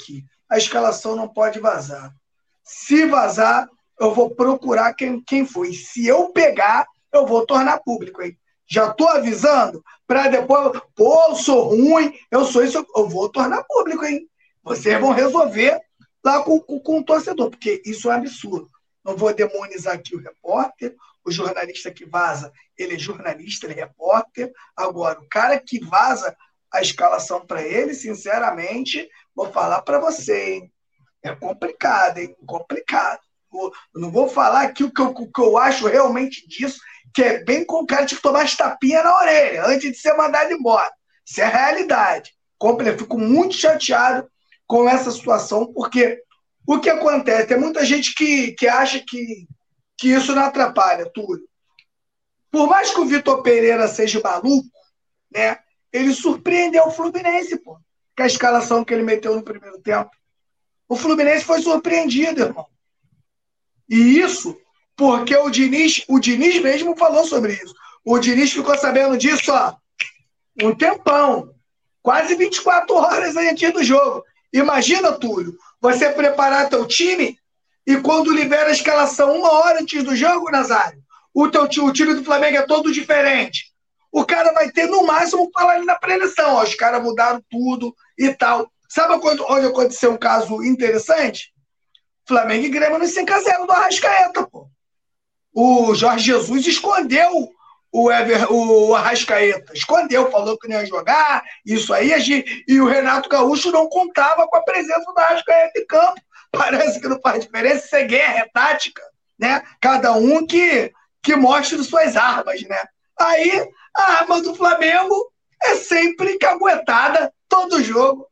B: a escalação não pode vazar. Se vazar, eu vou procurar quem foi. Se eu pegar, eu vou tornar público, hein? Já estou avisando para depois, pô, eu sou ruim, eu sou isso, eu vou tornar público, hein? Vocês vão resolver lá com o torcedor, porque isso é um absurdo. Não vou demonizar aqui o repórter, o jornalista que vaza, ele é jornalista, ele é repórter. Agora, o cara que vaza a escalação para ele, sinceramente, vou falar para você, hein? É complicado, hein? Complicado. Eu não vou falar aqui o que eu acho realmente disso, que é bem com o cara tinha que tomar as tapinhas na orelha antes de ser mandado embora. Isso é a realidade. Eu fico muito chateado com essa situação, porque o que acontece? Tem muita gente que acha que isso não atrapalha, Túlio. Por mais que o Vitor Pereira seja maluco, né, ele surpreendeu o Fluminense, pô, com a escalação que ele meteu no primeiro tempo. O Fluminense foi surpreendido, irmão. E isso porque o Diniz mesmo falou sobre isso. O Diniz ficou sabendo disso, ó, um tempão. Quase 24 horas antes do jogo. Imagina, Túlio, você preparar teu time e quando libera a escalação 1 hora antes do jogo, Nazário, o time do Flamengo é todo diferente. O cara vai ter, no máximo, falar ali na preleção. Ó, os caras mudaram tudo e tal. Sabe onde aconteceu um caso interessante? Flamengo e Grêmio no 5-0 do Arrascaeta, pô. O Jorge Jesus escondeu o Arrascaeta. Escondeu, falou que não ia jogar, isso aí. E o Renato Gaúcho não contava com a presença do Arrascaeta em campo. Parece que não faz diferença, isso é guerra, é tática, né? Cada um que mostre suas armas, né? Aí, a arma do Flamengo é sempre caguetada, todo jogo.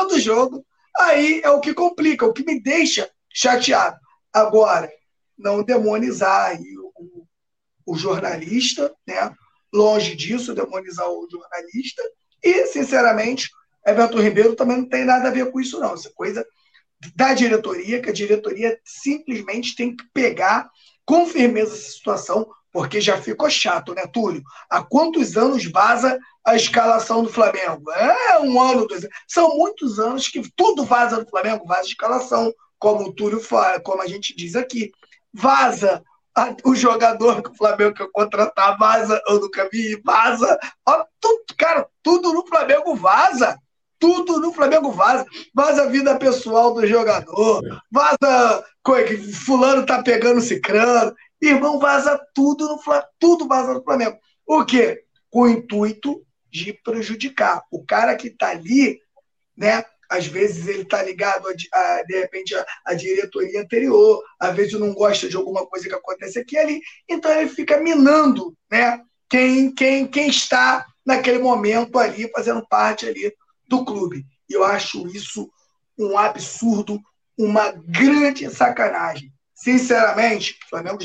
B: Aí é o que complica, o que me deixa chateado. Agora, não demonizar aí o jornalista, né? Longe disso, demonizar o jornalista. E, sinceramente, Everton Ribeiro também não tem nada a ver com isso, não. Essa coisa da diretoria, que a diretoria simplesmente tem que pegar com firmeza essa situação, porque já ficou chato, né, Túlio? Há quantos anos vaza a escalação do Flamengo? É 1 ano, 2 anos. São muitos anos que tudo vaza do Flamengo, vaza a escalação, como o Túlio fala, como a gente diz aqui. Vaza o jogador que o Flamengo quer contratar, vaza, eu nunca vi, vaza. Ó, cara, tudo no Flamengo vaza. Tudo no Flamengo vaza. Vaza a vida pessoal do jogador. Vaza que fulano tá pegando cicrano. Irmão, vaza tudo no Flamengo. Tudo vaza no Flamengo. O quê? Com o intuito de prejudicar. O cara que tá ali, né? Às vezes ele tá ligado de repente, a diretoria anterior. Às vezes não gosta de alguma coisa que acontece aqui e ali. Então ele fica minando, né? Quem está naquele momento ali, fazendo parte ali do clube. E eu acho isso um absurdo, uma grande sacanagem. Sinceramente, o Flamengo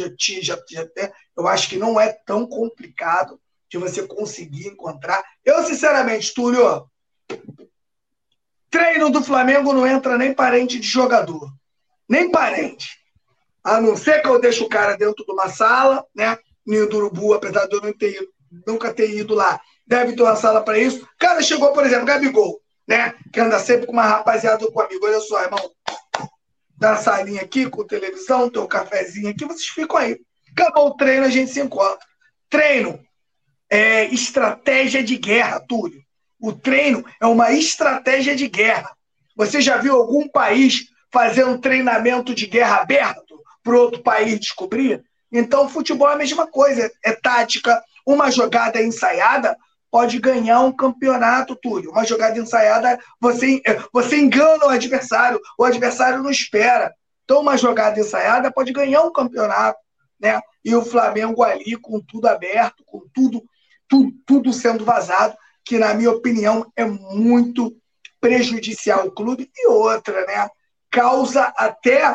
B: eu acho que não é tão complicado de você conseguir encontrar. Eu, sinceramente, Túlio, treino do Flamengo não entra nem parente de jogador. Nem parente. A não ser que eu deixe o cara dentro de uma sala, né? Ninho do Urubu, apesar de eu nunca ter ido lá. Deve ter uma sala para isso. O cara chegou, por exemplo, Gabigol, né? Que anda sempre com uma rapaziada com amigo. Olha só, irmão. Dá a salinha aqui com televisão, tem um cafezinho aqui, vocês ficam aí. Acabou o treino, a gente se encontra. Treino é estratégia de guerra, Túlio. O treino é uma estratégia de guerra. Você já viu algum país fazendo treinamento de guerra aberto para outro país descobrir? Então, futebol é a mesma coisa. É tática. Uma jogada ensaiada pode ganhar um campeonato, Túlio. Uma jogada ensaiada, você engana o adversário não espera. Então, uma jogada ensaiada pode ganhar um campeonato, né? E o Flamengo ali, com tudo aberto, com tudo sendo vazado, que, na minha opinião, é muito prejudicial ao clube. E outra, né? Causa até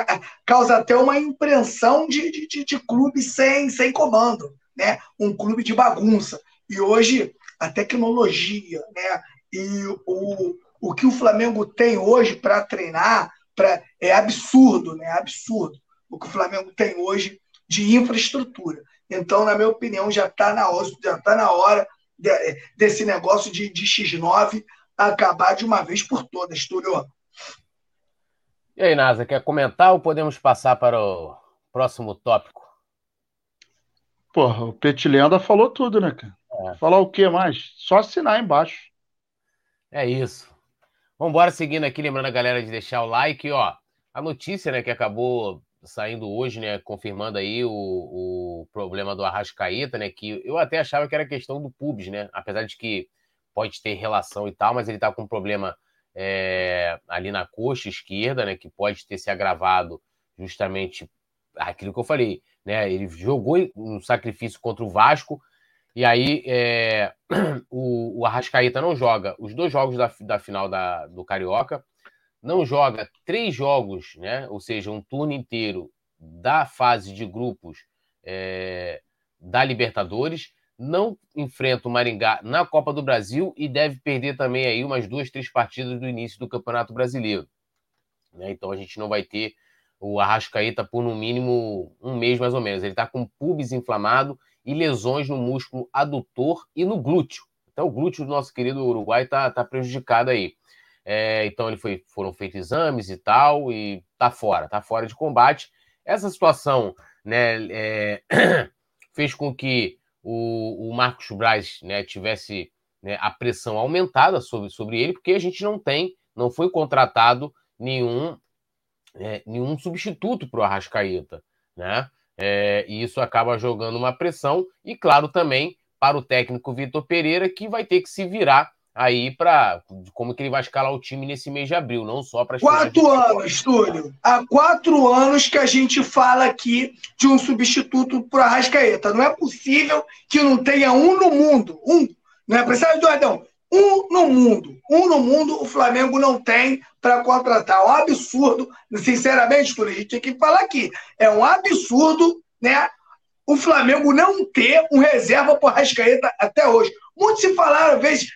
B: uma impressão de clube sem comando, né? Um clube de bagunça. E hoje, a tecnologia, né? E o que o Flamengo tem hoje para treinar é absurdo, né? Absurdo. O que o Flamengo tem hoje de infraestrutura. Então, na minha opinião, já está na hora desse negócio de X9 acabar de uma vez por todas, Túlio.
A: E aí, Nasa, quer comentar ou podemos passar para o próximo tópico?
C: Porra, o Petilenda falou tudo, né, cara? Falar o que mais? Só assinar embaixo.
A: É isso. Vamos embora seguindo aqui, lembrando a galera de deixar o like, ó. A notícia, né, que acabou saindo hoje, né, confirmando aí o problema do Arrascaeta, né, que eu até achava que era questão do pubis, né, apesar de que pode ter relação e tal, mas ele tá com um problema ali na coxa esquerda, né, que pode ter se agravado justamente aquilo que eu falei, né, ele jogou um sacrifício contra o Vasco, e aí o Arrascaeta não joga os 2 jogos da final do Carioca, não joga 3 jogos, né? Ou seja, um turno inteiro da fase de grupos da Libertadores, não enfrenta o Maringá na Copa do Brasil e deve perder também aí umas 2, 3 partidas do início do Campeonato Brasileiro. Né? Então a gente não vai ter o Arrascaeta por no mínimo um mês mais ou menos. Ele está com pubis inflamado e lesões no músculo adutor e no glúteo. Então o glúteo do nosso querido Uruguai tá prejudicado aí. Então foram feitos exames e tal, e tá fora de combate. Essa situação, né, fez com que o Marcos Braz, né, tivesse, né, a pressão aumentada sobre ele, porque a gente não foi contratado nenhum substituto para o Arrascaeta, né? E isso acaba jogando uma pressão, e claro também para o técnico Vitor Pereira, que vai ter que se virar aí para como que ele vai escalar o time nesse mês de abril, não só para as
B: 4 anos, Túlio. Há 4 anos que a gente fala aqui de um substituto para o Arrascaeta. Não é possível que não tenha um no mundo. Não é preciso, Eduardão? Um no mundo o Flamengo não tem para contratar. É um absurdo. Sinceramente, Túlio, a gente tem que falar aqui. É um absurdo, né? O Flamengo não ter um reserva para o Arrascaeta até hoje. Muito se falaram, às vezes,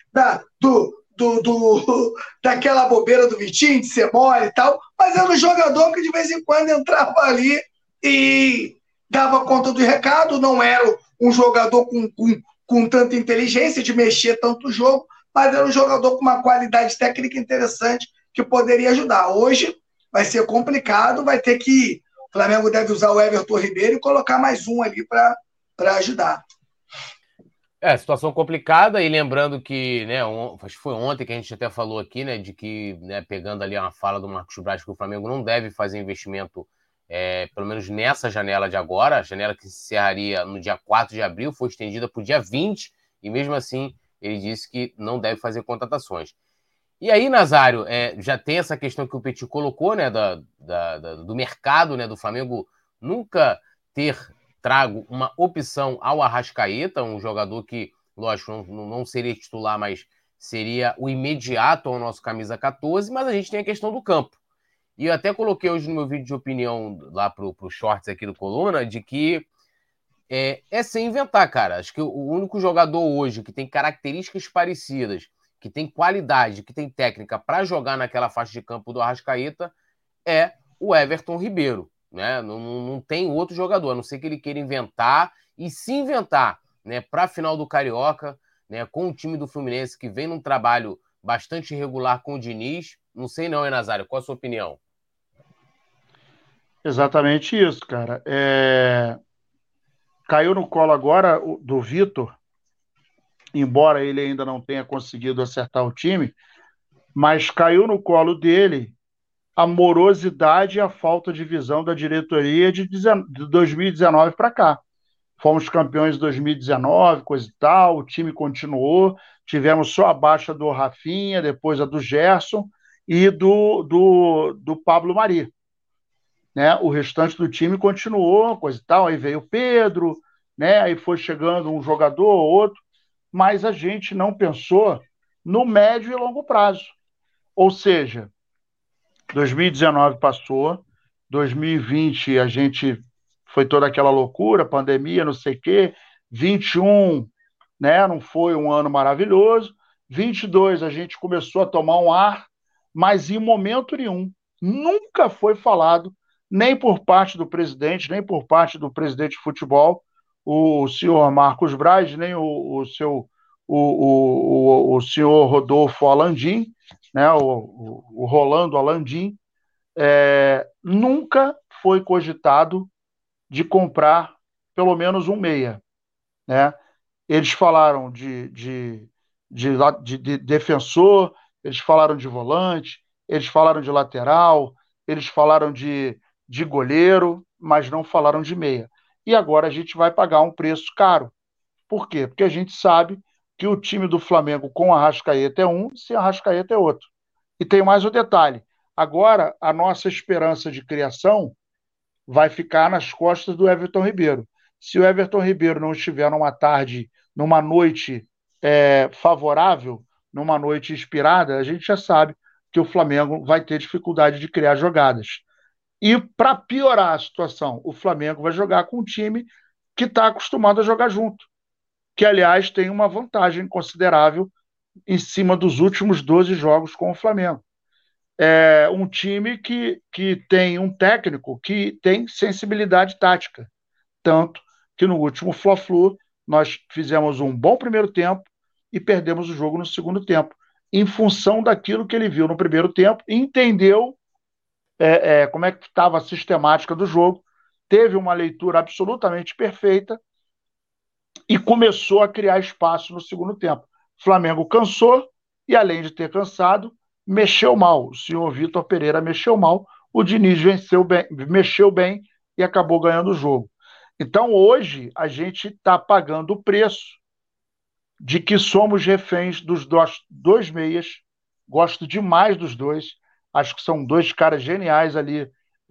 B: daquela bobeira do Vitinho, de ser mole e tal, mas era um jogador que de vez em quando entrava ali e dava conta do recado, não era um jogador com tanta inteligência de mexer tanto o jogo, mas era um jogador com uma qualidade técnica interessante que poderia ajudar. Hoje vai ser complicado, vai ter que... O Flamengo deve usar o Everton Ribeiro e colocar mais um ali para ajudar.
A: Situação complicada, e lembrando que, né, acho que foi ontem que a gente até falou aqui, né, de que, né, pegando ali uma fala do Marcos Braz, que o Flamengo não deve fazer investimento, pelo menos nessa janela de agora, a janela que se encerraria no dia 4 de abril, foi estendida para o dia 20, e mesmo assim ele disse que não deve fazer contratações. E aí, Nazário, já tem essa questão que o Petit colocou, né, do mercado, né, do Flamengo nunca ter trago uma opção ao Arrascaeta, um jogador que, lógico, não seria titular, mas seria o imediato ao nosso camisa 14, mas a gente tem a questão do campo. E eu até coloquei hoje no meu vídeo de opinião lá pro Shorts aqui do Coluna, de que é sem inventar, cara. Acho que o único jogador hoje que tem características parecidas, que tem qualidade, que tem técnica para jogar naquela faixa de campo do Arrascaeta é o Everton Ribeiro. Né? Não tem outro jogador, a não ser que ele queira inventar, e se inventar, né, para a final do Carioca, né, com o time do Fluminense, que vem num trabalho bastante irregular com o Diniz, não sei não, hein, Nazário? Qual a sua opinião?
C: Exatamente isso, cara. Caiu no colo agora do Vitor, embora ele ainda não tenha conseguido acertar o time, mas caiu no colo dele a morosidade e a falta de visão da diretoria de 2019 para cá. Fomos campeões em 2019, coisa e tal, o time continuou, tivemos só a baixa do Rafinha, depois a do Gerson e do Pablo Mari. Né? O restante do time continuou, coisa e tal, aí veio o Pedro, né? Aí foi chegando um jogador ou outro, mas a gente não pensou no médio e longo prazo. Ou seja, 2019 passou, 2020 a gente foi toda aquela loucura, pandemia, não sei o quê, 21, né, não foi um ano maravilhoso, 22 a gente começou a tomar um ar, mas em momento nenhum, nunca foi falado, nem por parte do presidente, nem por parte do presidente de futebol, o senhor Marcos Braz, nem o senhor Rodolfo Alandim, né, o Rolando Alandim, nunca foi cogitado de comprar pelo menos um meia, né? Eles falaram de defensor, eles falaram de volante, eles falaram de lateral, eles falaram de goleiro, mas não falaram de meia. E agora a gente vai pagar um preço caro. Por quê? Porque a gente sabe que o time do Flamengo com a Arrascaeta é um, sem a Arrascaeta é outro. E tem mais um detalhe. Agora, a nossa esperança de criação vai ficar nas costas do Everton Ribeiro. Se o Everton Ribeiro não estiver numa tarde, numa noite favorável, numa noite inspirada, a gente já sabe que o Flamengo vai ter dificuldade de criar jogadas. E para piorar a situação, o Flamengo vai jogar com um time que está acostumado a jogar junto, que, aliás, tem uma vantagem considerável em cima dos últimos 12 jogos com o Flamengo. É um time que tem um técnico que tem sensibilidade tática. Tanto que no último Fla-Flu nós fizemos um bom primeiro tempo e perdemos o jogo no segundo tempo, em função daquilo que ele viu no primeiro tempo, entendeu como é que estava a sistemática do jogo, teve uma leitura absolutamente perfeita e começou a criar espaço no segundo tempo. O Flamengo cansou e, além de ter cansado, mexeu mal. O senhor Vitor Pereira mexeu mal, o Diniz mexeu bem e acabou ganhando o jogo. Então, hoje, a gente está pagando o preço de que somos reféns dos dois meias. Gosto demais dos dois. Acho que são dois caras geniais ali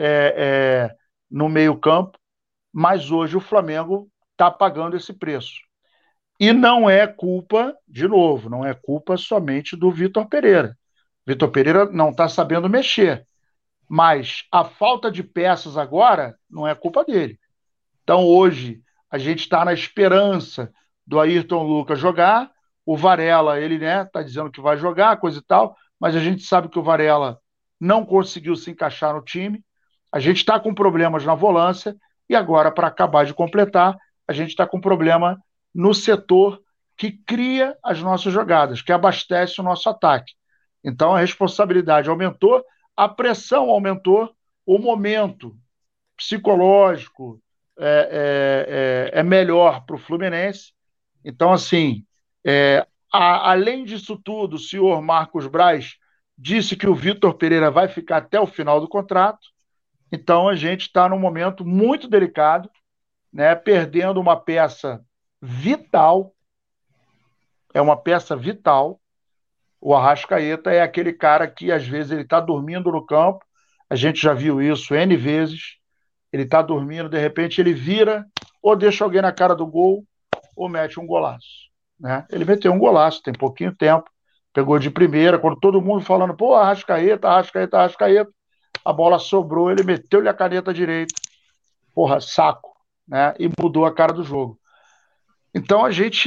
C: no meio-campo. Mas hoje o Flamengo está pagando esse preço. E não é culpa, de novo, não é culpa somente do Vitor Pereira. Vitor Pereira não está sabendo mexer. Mas a falta de peças agora não é culpa dele. Então, hoje, a gente está na esperança do Ayrton Lucas jogar. O Varela, ele está dizendo que vai jogar, coisa e tal, mas a gente sabe que o Varela não conseguiu se encaixar no time. A gente está com problemas na volância e agora, para acabar de completar, a gente está com problema no setor que cria as nossas jogadas, que abastece o nosso ataque. Então, a responsabilidade aumentou, a pressão aumentou, o momento psicológico é melhor para o Fluminense. Então, assim, além disso tudo, o senhor Marcos Braz disse que o Vitor Pereira vai ficar até o final do contrato. Então, a gente está num momento muito delicado, né, perdendo uma peça vital. É uma peça vital. O Arrascaeta é aquele cara que, às vezes, ele está dormindo no campo. A gente já viu isso N vezes. Ele está dormindo, de repente ele vira, ou deixa alguém na cara do gol, ou mete um golaço. Né? Ele meteu um golaço, tem pouquinho tempo, pegou de primeira, quando todo mundo falando, pô, Arrascaeta, Arrascaeta, Arrascaeta, a bola sobrou, ele meteu-lhe a caneta direita, porra, saco, né? E mudou a cara do jogo. Então a gente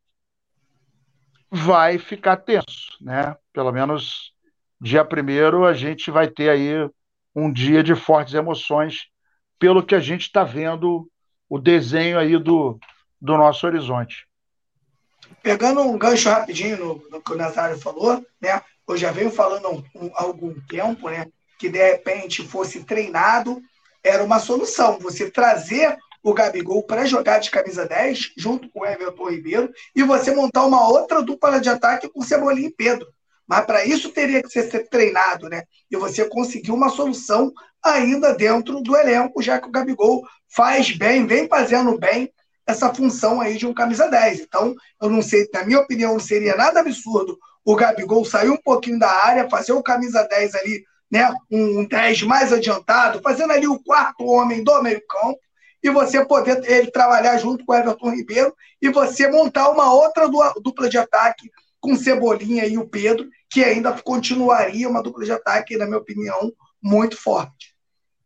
C: vai ficar tenso, né? Pelo menos dia 1º a gente vai ter aí um dia de fortes emoções, pelo que a gente está vendo o desenho aí do nosso horizonte.
B: Pegando um gancho rapidinho no que o Nazário falou, né? Eu já venho falando há algum tempo, né? Que de repente fosse treinado, era uma solução. Você trazer o Gabigol para jogar de camisa 10, junto com o Everton Ribeiro, e você montar uma outra dupla de ataque com Cebolinha e Pedro. Mas para isso teria que ser treinado, né? E você conseguiu uma solução ainda dentro do elenco, já que o Gabigol faz bem, vem fazendo bem essa função aí de um camisa 10. Então, eu não sei, na minha opinião, não seria nada absurdo o Gabigol sair um pouquinho da área, fazer o camisa 10 ali, né? Um 10 mais adiantado, fazendo ali o quarto homem do meio-campo, e você poder ele trabalhar junto com o Everton Ribeiro e você montar uma outra dupla de ataque com Cebolinha e o Pedro, que ainda continuaria uma dupla de ataque, na minha opinião, muito forte.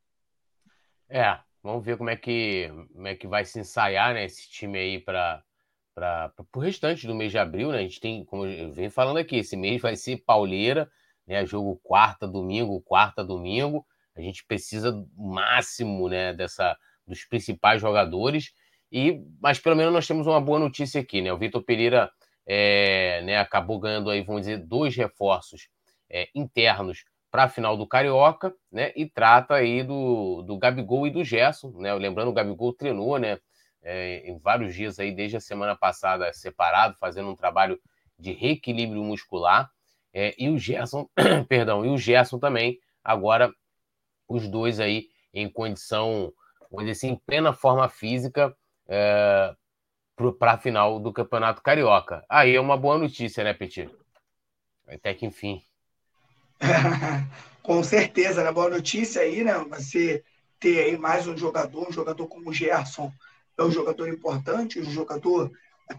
A: Vamos ver como é que vai se ensaiar, né, esse time aí para o restante do mês de abril, né? A gente tem, como eu venho falando aqui, esse mês vai ser pauleira, né? Jogo quarta, domingo. A gente precisa do máximo, né, dos principais jogadores, mas pelo menos nós temos uma boa notícia aqui, né? O Vitor Pereira né, acabou ganhando aí, vamos dizer, 2 reforços internos para a final do Carioca, né? E trata aí do Gabigol e do Gerson, né? Lembrando, o Gabigol treinou, né? Em vários dias aí, desde a semana passada, separado, fazendo um trabalho de reequilíbrio muscular. E o Gerson, perdão, e o Gerson também, agora os dois aí em condição, vamos dizer assim, em plena forma física para a final do Campeonato Carioca. Aí é uma boa notícia, né, Petit? Até que enfim.
B: Com certeza, né? Boa notícia aí, né? Você ter aí mais um jogador como o Gerson é um jogador importante, um jogador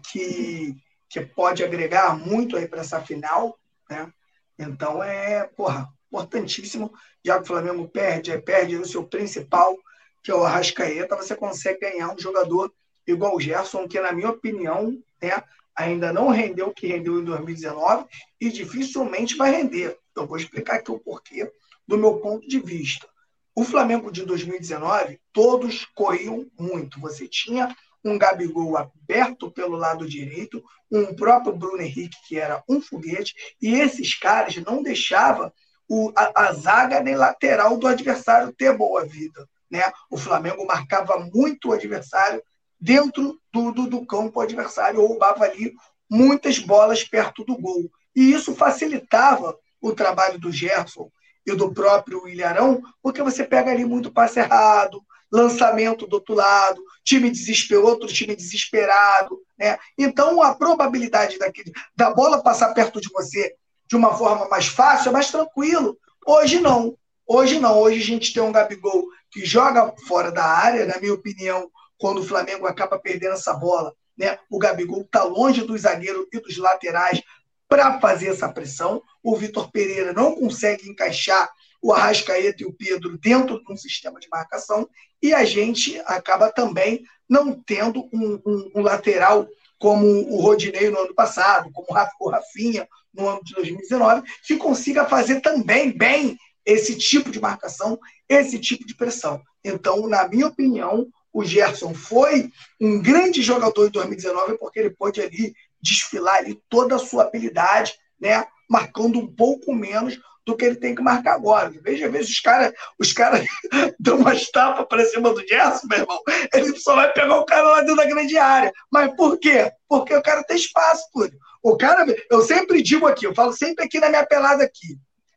B: que pode agregar muito aí para essa final, né? Então importantíssimo. Já que o Flamengo perde o seu principal, que é o Arrascaeta, você consegue ganhar um jogador igual o Gerson, que, na minha opinião, né, ainda não rendeu o que rendeu em 2019 e dificilmente vai render. Eu vou explicar aqui o porquê do meu ponto de vista. O Flamengo de 2019, todos corriam muito. Você tinha um Gabigol aberto pelo lado direito, um próprio Bruno Henrique, que era um foguete, e esses caras não deixavam a zaga nem lateral do adversário ter boa vida, né? O Flamengo marcava muito o adversário dentro do campo adversário, roubava ali muitas bolas perto do gol. E isso facilitava o trabalho do Gerson e do próprio Ilharão, porque você pega ali muito passe errado, lançamento do outro lado, time desesperado, outro time desesperado, né? Então a probabilidade da bola passar perto de você de uma forma mais fácil é mais tranquilo. Hoje não. Hoje a gente tem um Gabigol que joga fora da área, na minha opinião, quando o Flamengo acaba perdendo essa bola, né? O Gabigol está longe dos zagueiros e dos laterais para fazer essa pressão. O Vitor Pereira não consegue encaixar o Arrascaeta e o Pedro dentro de um sistema de marcação, e a gente acaba também não tendo um lateral como o Rodinei no ano passado, como o Rafinha no ano de 2019, que consiga fazer também bem esse tipo de marcação, esse tipo de pressão. Então, na minha opinião, o Gerson foi um grande jogador em 2019 porque ele pôde ali desfilar ali toda a sua habilidade, né, marcando um pouco menos do que ele tem que marcar agora. Veja, às vezes os caras dão umas tapas para cima do Gerson, meu irmão, ele só vai pegar o cara lá dentro da grande área. Mas por quê? Porque o cara tem espaço, Túlio. O cara, eu sempre digo aqui, eu falo sempre aqui na minha pelada aqui,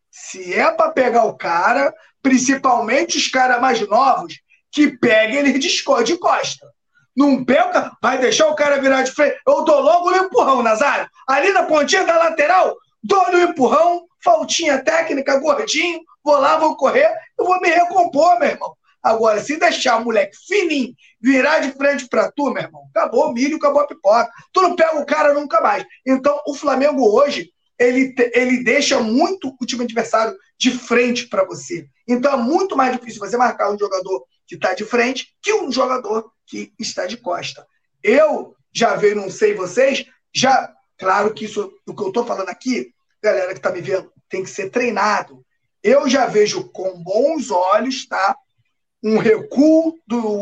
B: se é para pegar o cara, principalmente os caras mais novos, que pega ele de costa. Não pega, vai deixar o cara virar de frente. Eu dou logo no empurrão, Nazário. Ali na pontinha da lateral, dou no empurrão, faltinha técnica, gordinho, vou lá, vou correr, eu vou me recompor, meu irmão. Agora, se deixar o moleque fininho virar de frente pra tu, meu irmão, acabou o milho, acabou a pipoca. Tu não pega o cara nunca mais. Então, o Flamengo hoje, ele deixa muito o time adversário de frente para você. Então, é muito mais difícil você marcar um jogador que está de frente que um jogador que está de costa. Eu já vejo, não sei vocês, claro que isso, o que eu estou falando aqui, galera que está me vendo, tem que ser treinado. Eu já vejo com bons olhos, tá? Um recuo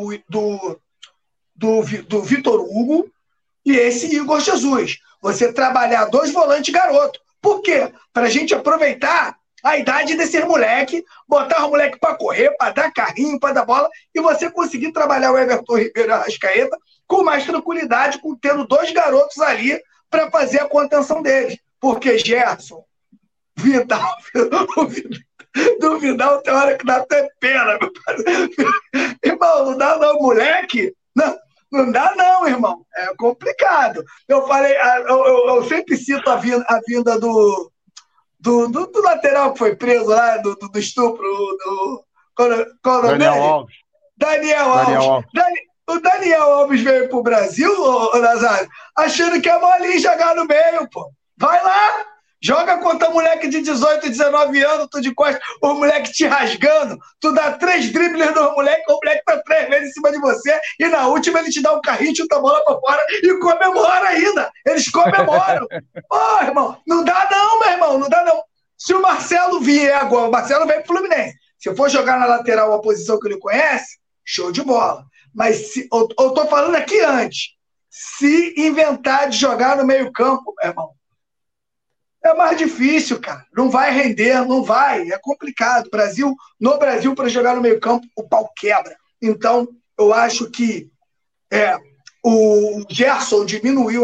B: do Vitor Hugo e esse Igor Jesus. Você trabalhar dois volantes garoto. Por quê? Para a gente aproveitar a idade desse moleque, botar o moleque para correr, para dar carrinho, para dar bola, e você conseguir trabalhar o Everton Ribeiro e a Arrascaeta com mais tranquilidade, tendo dois garotos ali para fazer a contenção deles. Porque Gerson, Vidal, do Vidal tem hora que dá até pena, meu pai. Irmão, não dá não, moleque. Não dá não, irmão. É complicado. Eu falei, eu sempre cito a vinda do lateral que foi preso lá, do estupro,
C: Daniel Alves.
B: Daniel Alves. O Daniel Alves veio pro Brasil, Nazário, achando que é molinho jogar no meio, pô. Vai lá, joga contra moleque de 18, 19 anos, tu de costas, o moleque te rasgando, tu dá 3 dribles no moleque, o moleque tá 3 vezes em cima de você, e na última ele te dá um carrinho, chuta a bola pra fora e comemora ainda. Eles comemoram. Pô, irmão, não dá não, meu irmão, não dá não. Se o Marcelo vier agora, o Marcelo vem pro Fluminense. Se for jogar na lateral a posição que ele conhece, show de bola. Mas eu tô falando aqui antes. Se inventar de jogar no meio-campo, meu irmão, mais difícil, cara. Não vai render, não vai. É complicado. No Brasil, para jogar no meio-campo, o pau quebra. Então, eu acho que o Gerson diminuiu.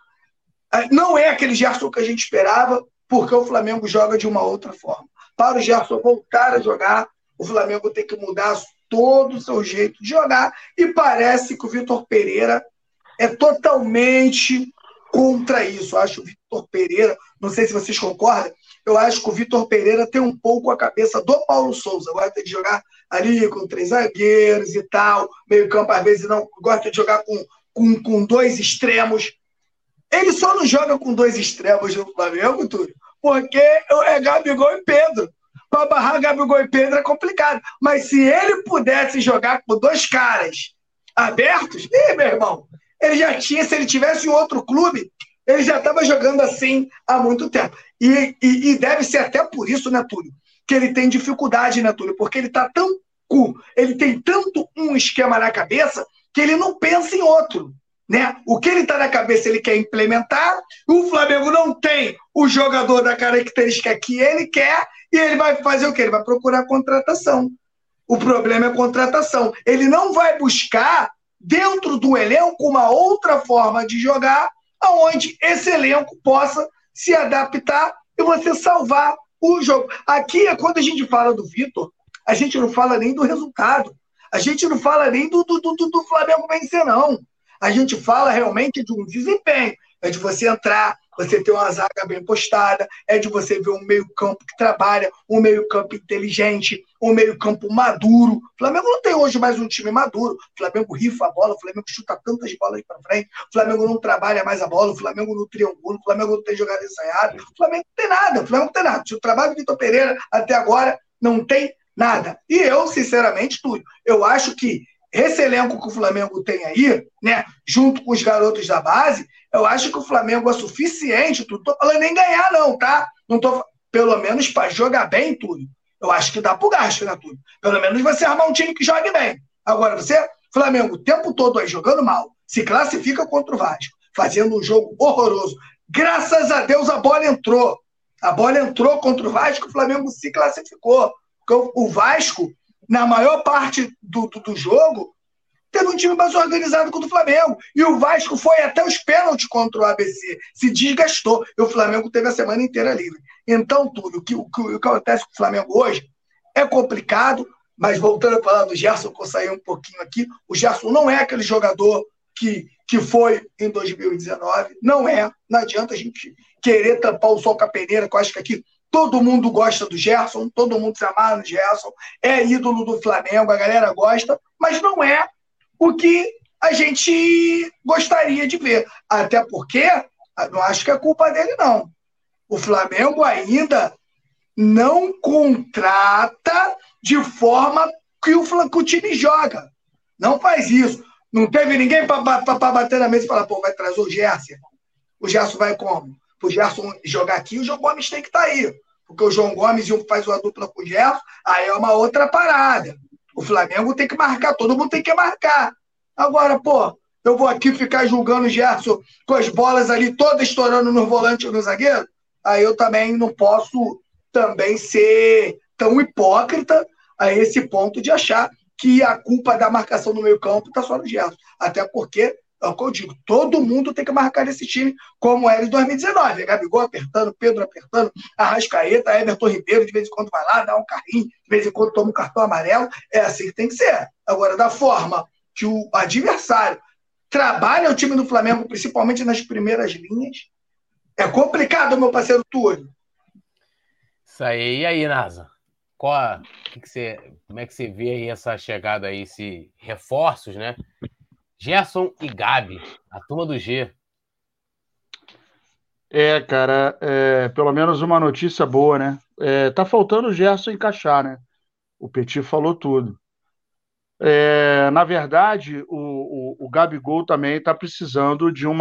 B: Não é aquele Gerson que a gente esperava, porque o Flamengo joga de uma outra forma. Para o Gerson voltar a jogar, o Flamengo tem que mudar todo o seu jeito de jogar. E parece que o Vitor Pereira é totalmente contra isso. Eu acho o Vitor Pereira, não sei se vocês concordam, eu acho que o Vitor Pereira tem um pouco a cabeça do Paulo Souza. Gosta de jogar ali com 3 zagueiros e tal, meio campo às vezes não, gosta de jogar com 2 extremos. Ele só não joga com 2 extremos no Flamengo, Túlio, porque é Gabigol e Pedro. Para barrar Gabigol e Pedro é complicado. Mas se ele pudesse jogar com 2 caras abertos, meu irmão, ele já tinha, se ele tivesse em outro clube, ele já estava jogando assim há muito tempo. E deve ser até por isso, né, Túlio, que ele tem dificuldade, né, Túlio? Porque ele tem tanto um esquema na cabeça que ele não pensa em outro. Né? O que ele está na cabeça ele quer implementar, o Flamengo não tem o jogador da característica que ele quer, e ele vai fazer o quê? Ele vai procurar contratação. O problema é a contratação. Ele não vai buscar, dentro do elenco, uma outra forma de jogar, onde esse elenco possa se adaptar e você salvar o jogo. Aqui, quando a gente fala do Vitor, a gente não fala nem do resultado. A gente não fala nem do Flamengo vencer, não. A gente fala realmente de um desempenho. É de você entrar, você ter uma zaga bem postada, é de você ver um meio-campo que trabalha, um meio-campo inteligente, um meio-campo maduro. O Flamengo não tem hoje mais um time maduro. O Flamengo rifa a bola, o Flamengo chuta tantas bolas para frente, o Flamengo não trabalha mais a bola, o Flamengo não triangula, o Flamengo não tem jogada ensaiada, o Flamengo não tem nada, o Flamengo não tem nada. O trabalho do Vitor Pereira até agora não tem nada. E eu, sinceramente, Túlio, eu acho que esse elenco que o Flamengo tem aí, né, junto com os garotos da base, eu acho que o Flamengo é suficiente. Não estou falando nem ganhar, não, tá? Não tô, pelo menos para jogar bem, Túlio. Eu acho que dá pro gasto, né, Túlio? Pelo menos você armar um time que jogue bem. Agora, você, Flamengo, o tempo todo aí jogando mal, se classifica contra o Vasco, fazendo um jogo horroroso. Graças a Deus a bola entrou. A bola entrou contra o Vasco, o Flamengo se classificou. Porque o Vasco, na maior parte do jogo, teve um time mais organizado que o do Flamengo. E o Vasco foi até os pênaltis contra o ABC. Se desgastou. E o Flamengo teve a semana inteira livre. Então, tudo o que acontece com o Flamengo hoje é complicado, mas voltando a falar do Gerson, que eu saí um pouquinho aqui, o Gerson não é aquele jogador que foi em 2019. Não é. Não adianta a gente querer tampar o sol com a peneira, que eu acho que aqui todo mundo gosta do Gerson, todo mundo se amarra no Gerson, é ídolo do Flamengo, a galera gosta, mas não é o que a gente gostaria de ver. Até porque, não acho que é culpa dele, não. O Flamengo ainda não contrata de forma que o time joga. Não faz isso. Não teve ninguém para bater na mesa e falar, pô, vai trazer o Gerson. O Gerson vai como? Para o Gerson jogar aqui, o João Gomes tem que estar aí. Porque o João Gomes faz uma dupla com o Gerson, aí é uma outra parada. O Flamengo tem que marcar, todo mundo tem que marcar. Agora, pô, eu vou aqui ficar julgando o Gerson com as bolas ali todas estourando no volante e no zagueiro? Aí eu também não posso também ser tão hipócrita a esse ponto de achar que a culpa da marcação no meio-campo está só no Gerson. Até porque, é o que eu digo, todo mundo tem que marcar esse time como era em 2019. Gabigol apertando, Pedro apertando, Arrascaeta, Everton Ribeiro, de vez em quando vai lá, dá um carrinho, de vez em quando toma um cartão amarelo. É assim que tem que ser. Agora, da forma que o adversário trabalha o time do Flamengo, principalmente nas primeiras linhas, é complicado, meu parceiro Túlio.
A: Isso aí. E aí, Nasa? Como é que você vê aí essa chegada aí, esses reforços, né? Gerson e Gabi, a turma do G.
C: Cara, pelo menos uma notícia boa, né? Tá faltando o Gerson encaixar, né? O Petit falou tudo. Na verdade, o Gabigol também está precisando de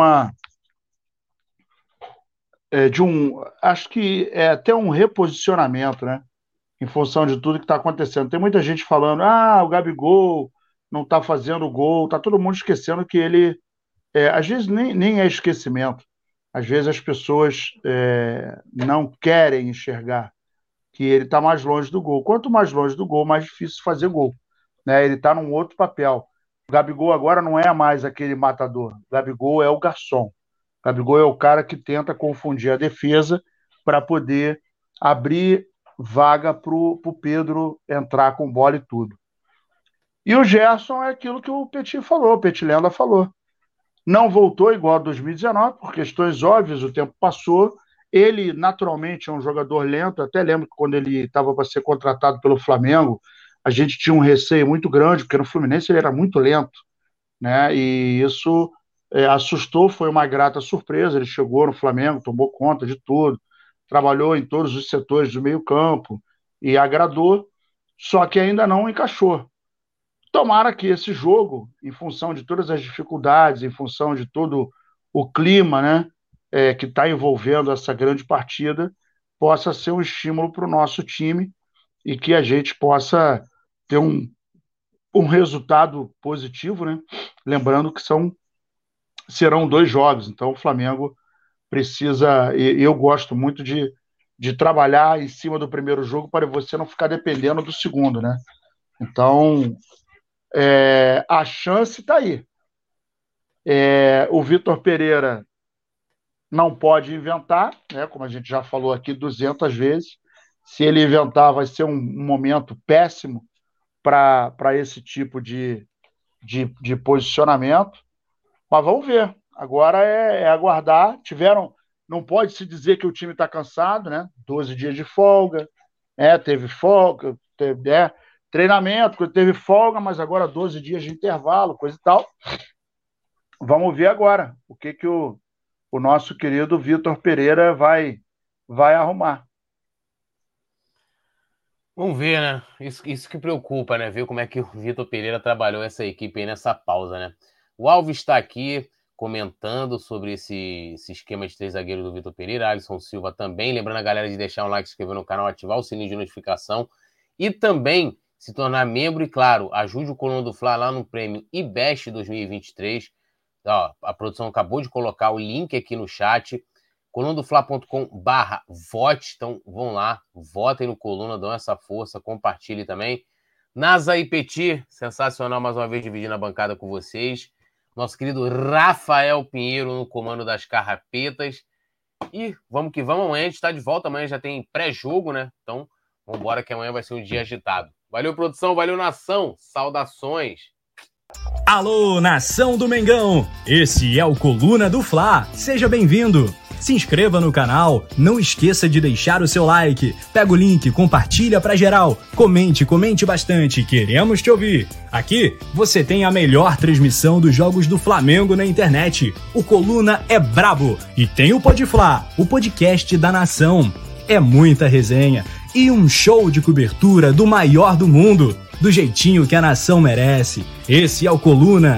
C: acho que é até um reposicionamento, né? Em função de tudo que está acontecendo. Tem muita gente falando, o Gabigol não está fazendo gol, tá todo mundo esquecendo que ele, às vezes nem é esquecimento, Às vezes as pessoas não querem enxergar que ele está mais longe do gol. Quanto mais longe do gol, mais difícil fazer gol, né? Ele está num outro papel. O Gabigol agora não é mais aquele matador. O Gabigol é o garçom. O Gabigol é o cara que tenta confundir a defesa para poder abrir vaga para o Pedro entrar com bola e tudo. E o Gerson é aquilo que o Petit falou, o Petit Lenda falou. Não voltou igual a 2019, por questões óbvias, o tempo passou. Ele, naturalmente, é um jogador lento. Até lembro que quando ele estava para ser contratado pelo Flamengo, a gente tinha um receio muito grande, porque no Fluminense ele era muito lento, né? E isso assustou, foi uma grata surpresa. Ele chegou no Flamengo, tomou conta de tudo, trabalhou em todos os setores do meio-campo e agradou, só que ainda não encaixou. Tomara que esse jogo, em função de todas as dificuldades, em função de todo o clima, né, que está envolvendo essa grande partida, possa ser um estímulo para o nosso time e que a gente possa ter um resultado positivo, né? Lembrando que serão 2 jogos, então o Flamengo precisa, e eu gosto muito de trabalhar em cima do primeiro jogo para você não ficar dependendo do segundo, né? Então, a chance está aí. O Vitor Pereira não pode inventar, né? Como a gente já falou aqui 200 vezes. Se ele inventar, vai ser um momento péssimo para esse tipo de posicionamento. Mas vamos ver. Agora é aguardar. Não pode se dizer que o time está cansado, né? 12 dias de folga, teve folga, teve treinamento, teve folga, mas agora 12 dias de intervalo, coisa e tal. Vamos ver agora o que o nosso querido Vitor Pereira vai arrumar.
A: Vamos ver, né? Isso que preocupa, né? Ver como é que o Vitor Pereira trabalhou essa equipe aí nessa pausa, né? O Alves está aqui comentando sobre esse esquema de 3 zagueiros do Vitor Pereira, Alisson Silva também. Lembrando a galera de deixar um like, se inscrever no canal, ativar o sininho de notificação e também se tornar membro e, claro, ajude o Coluna do Fla lá no prêmio IBEST 2023. Ó, a produção acabou de colocar o link aqui no chat, colunadofla.com/vote. Então vão lá, votem no Coluna, dão essa força, compartilhem também. Nasa e Petit, sensacional mais uma vez dividindo a bancada com vocês. Nosso querido Rafael Pinheiro no comando das carrapetas. E vamos que vamos, amanhã a gente está de volta, amanhã já tem pré-jogo, né? Então vamos embora que amanhã vai ser um dia agitado. Valeu, produção, valeu, nação, saudações.
D: Alô, nação do Mengão, esse é o Coluna do Fla, seja bem-vindo. Se inscreva no canal, não esqueça de deixar o seu like, pega o link, compartilha pra geral, comente bastante, queremos te ouvir. Aqui você tem a melhor transmissão dos jogos do Flamengo na internet. O Coluna é brabo e tem o Podfla, o podcast da nação. É muita resenha e um show de cobertura do maior do mundo, do jeitinho que a nação merece. Esse é o Coluna.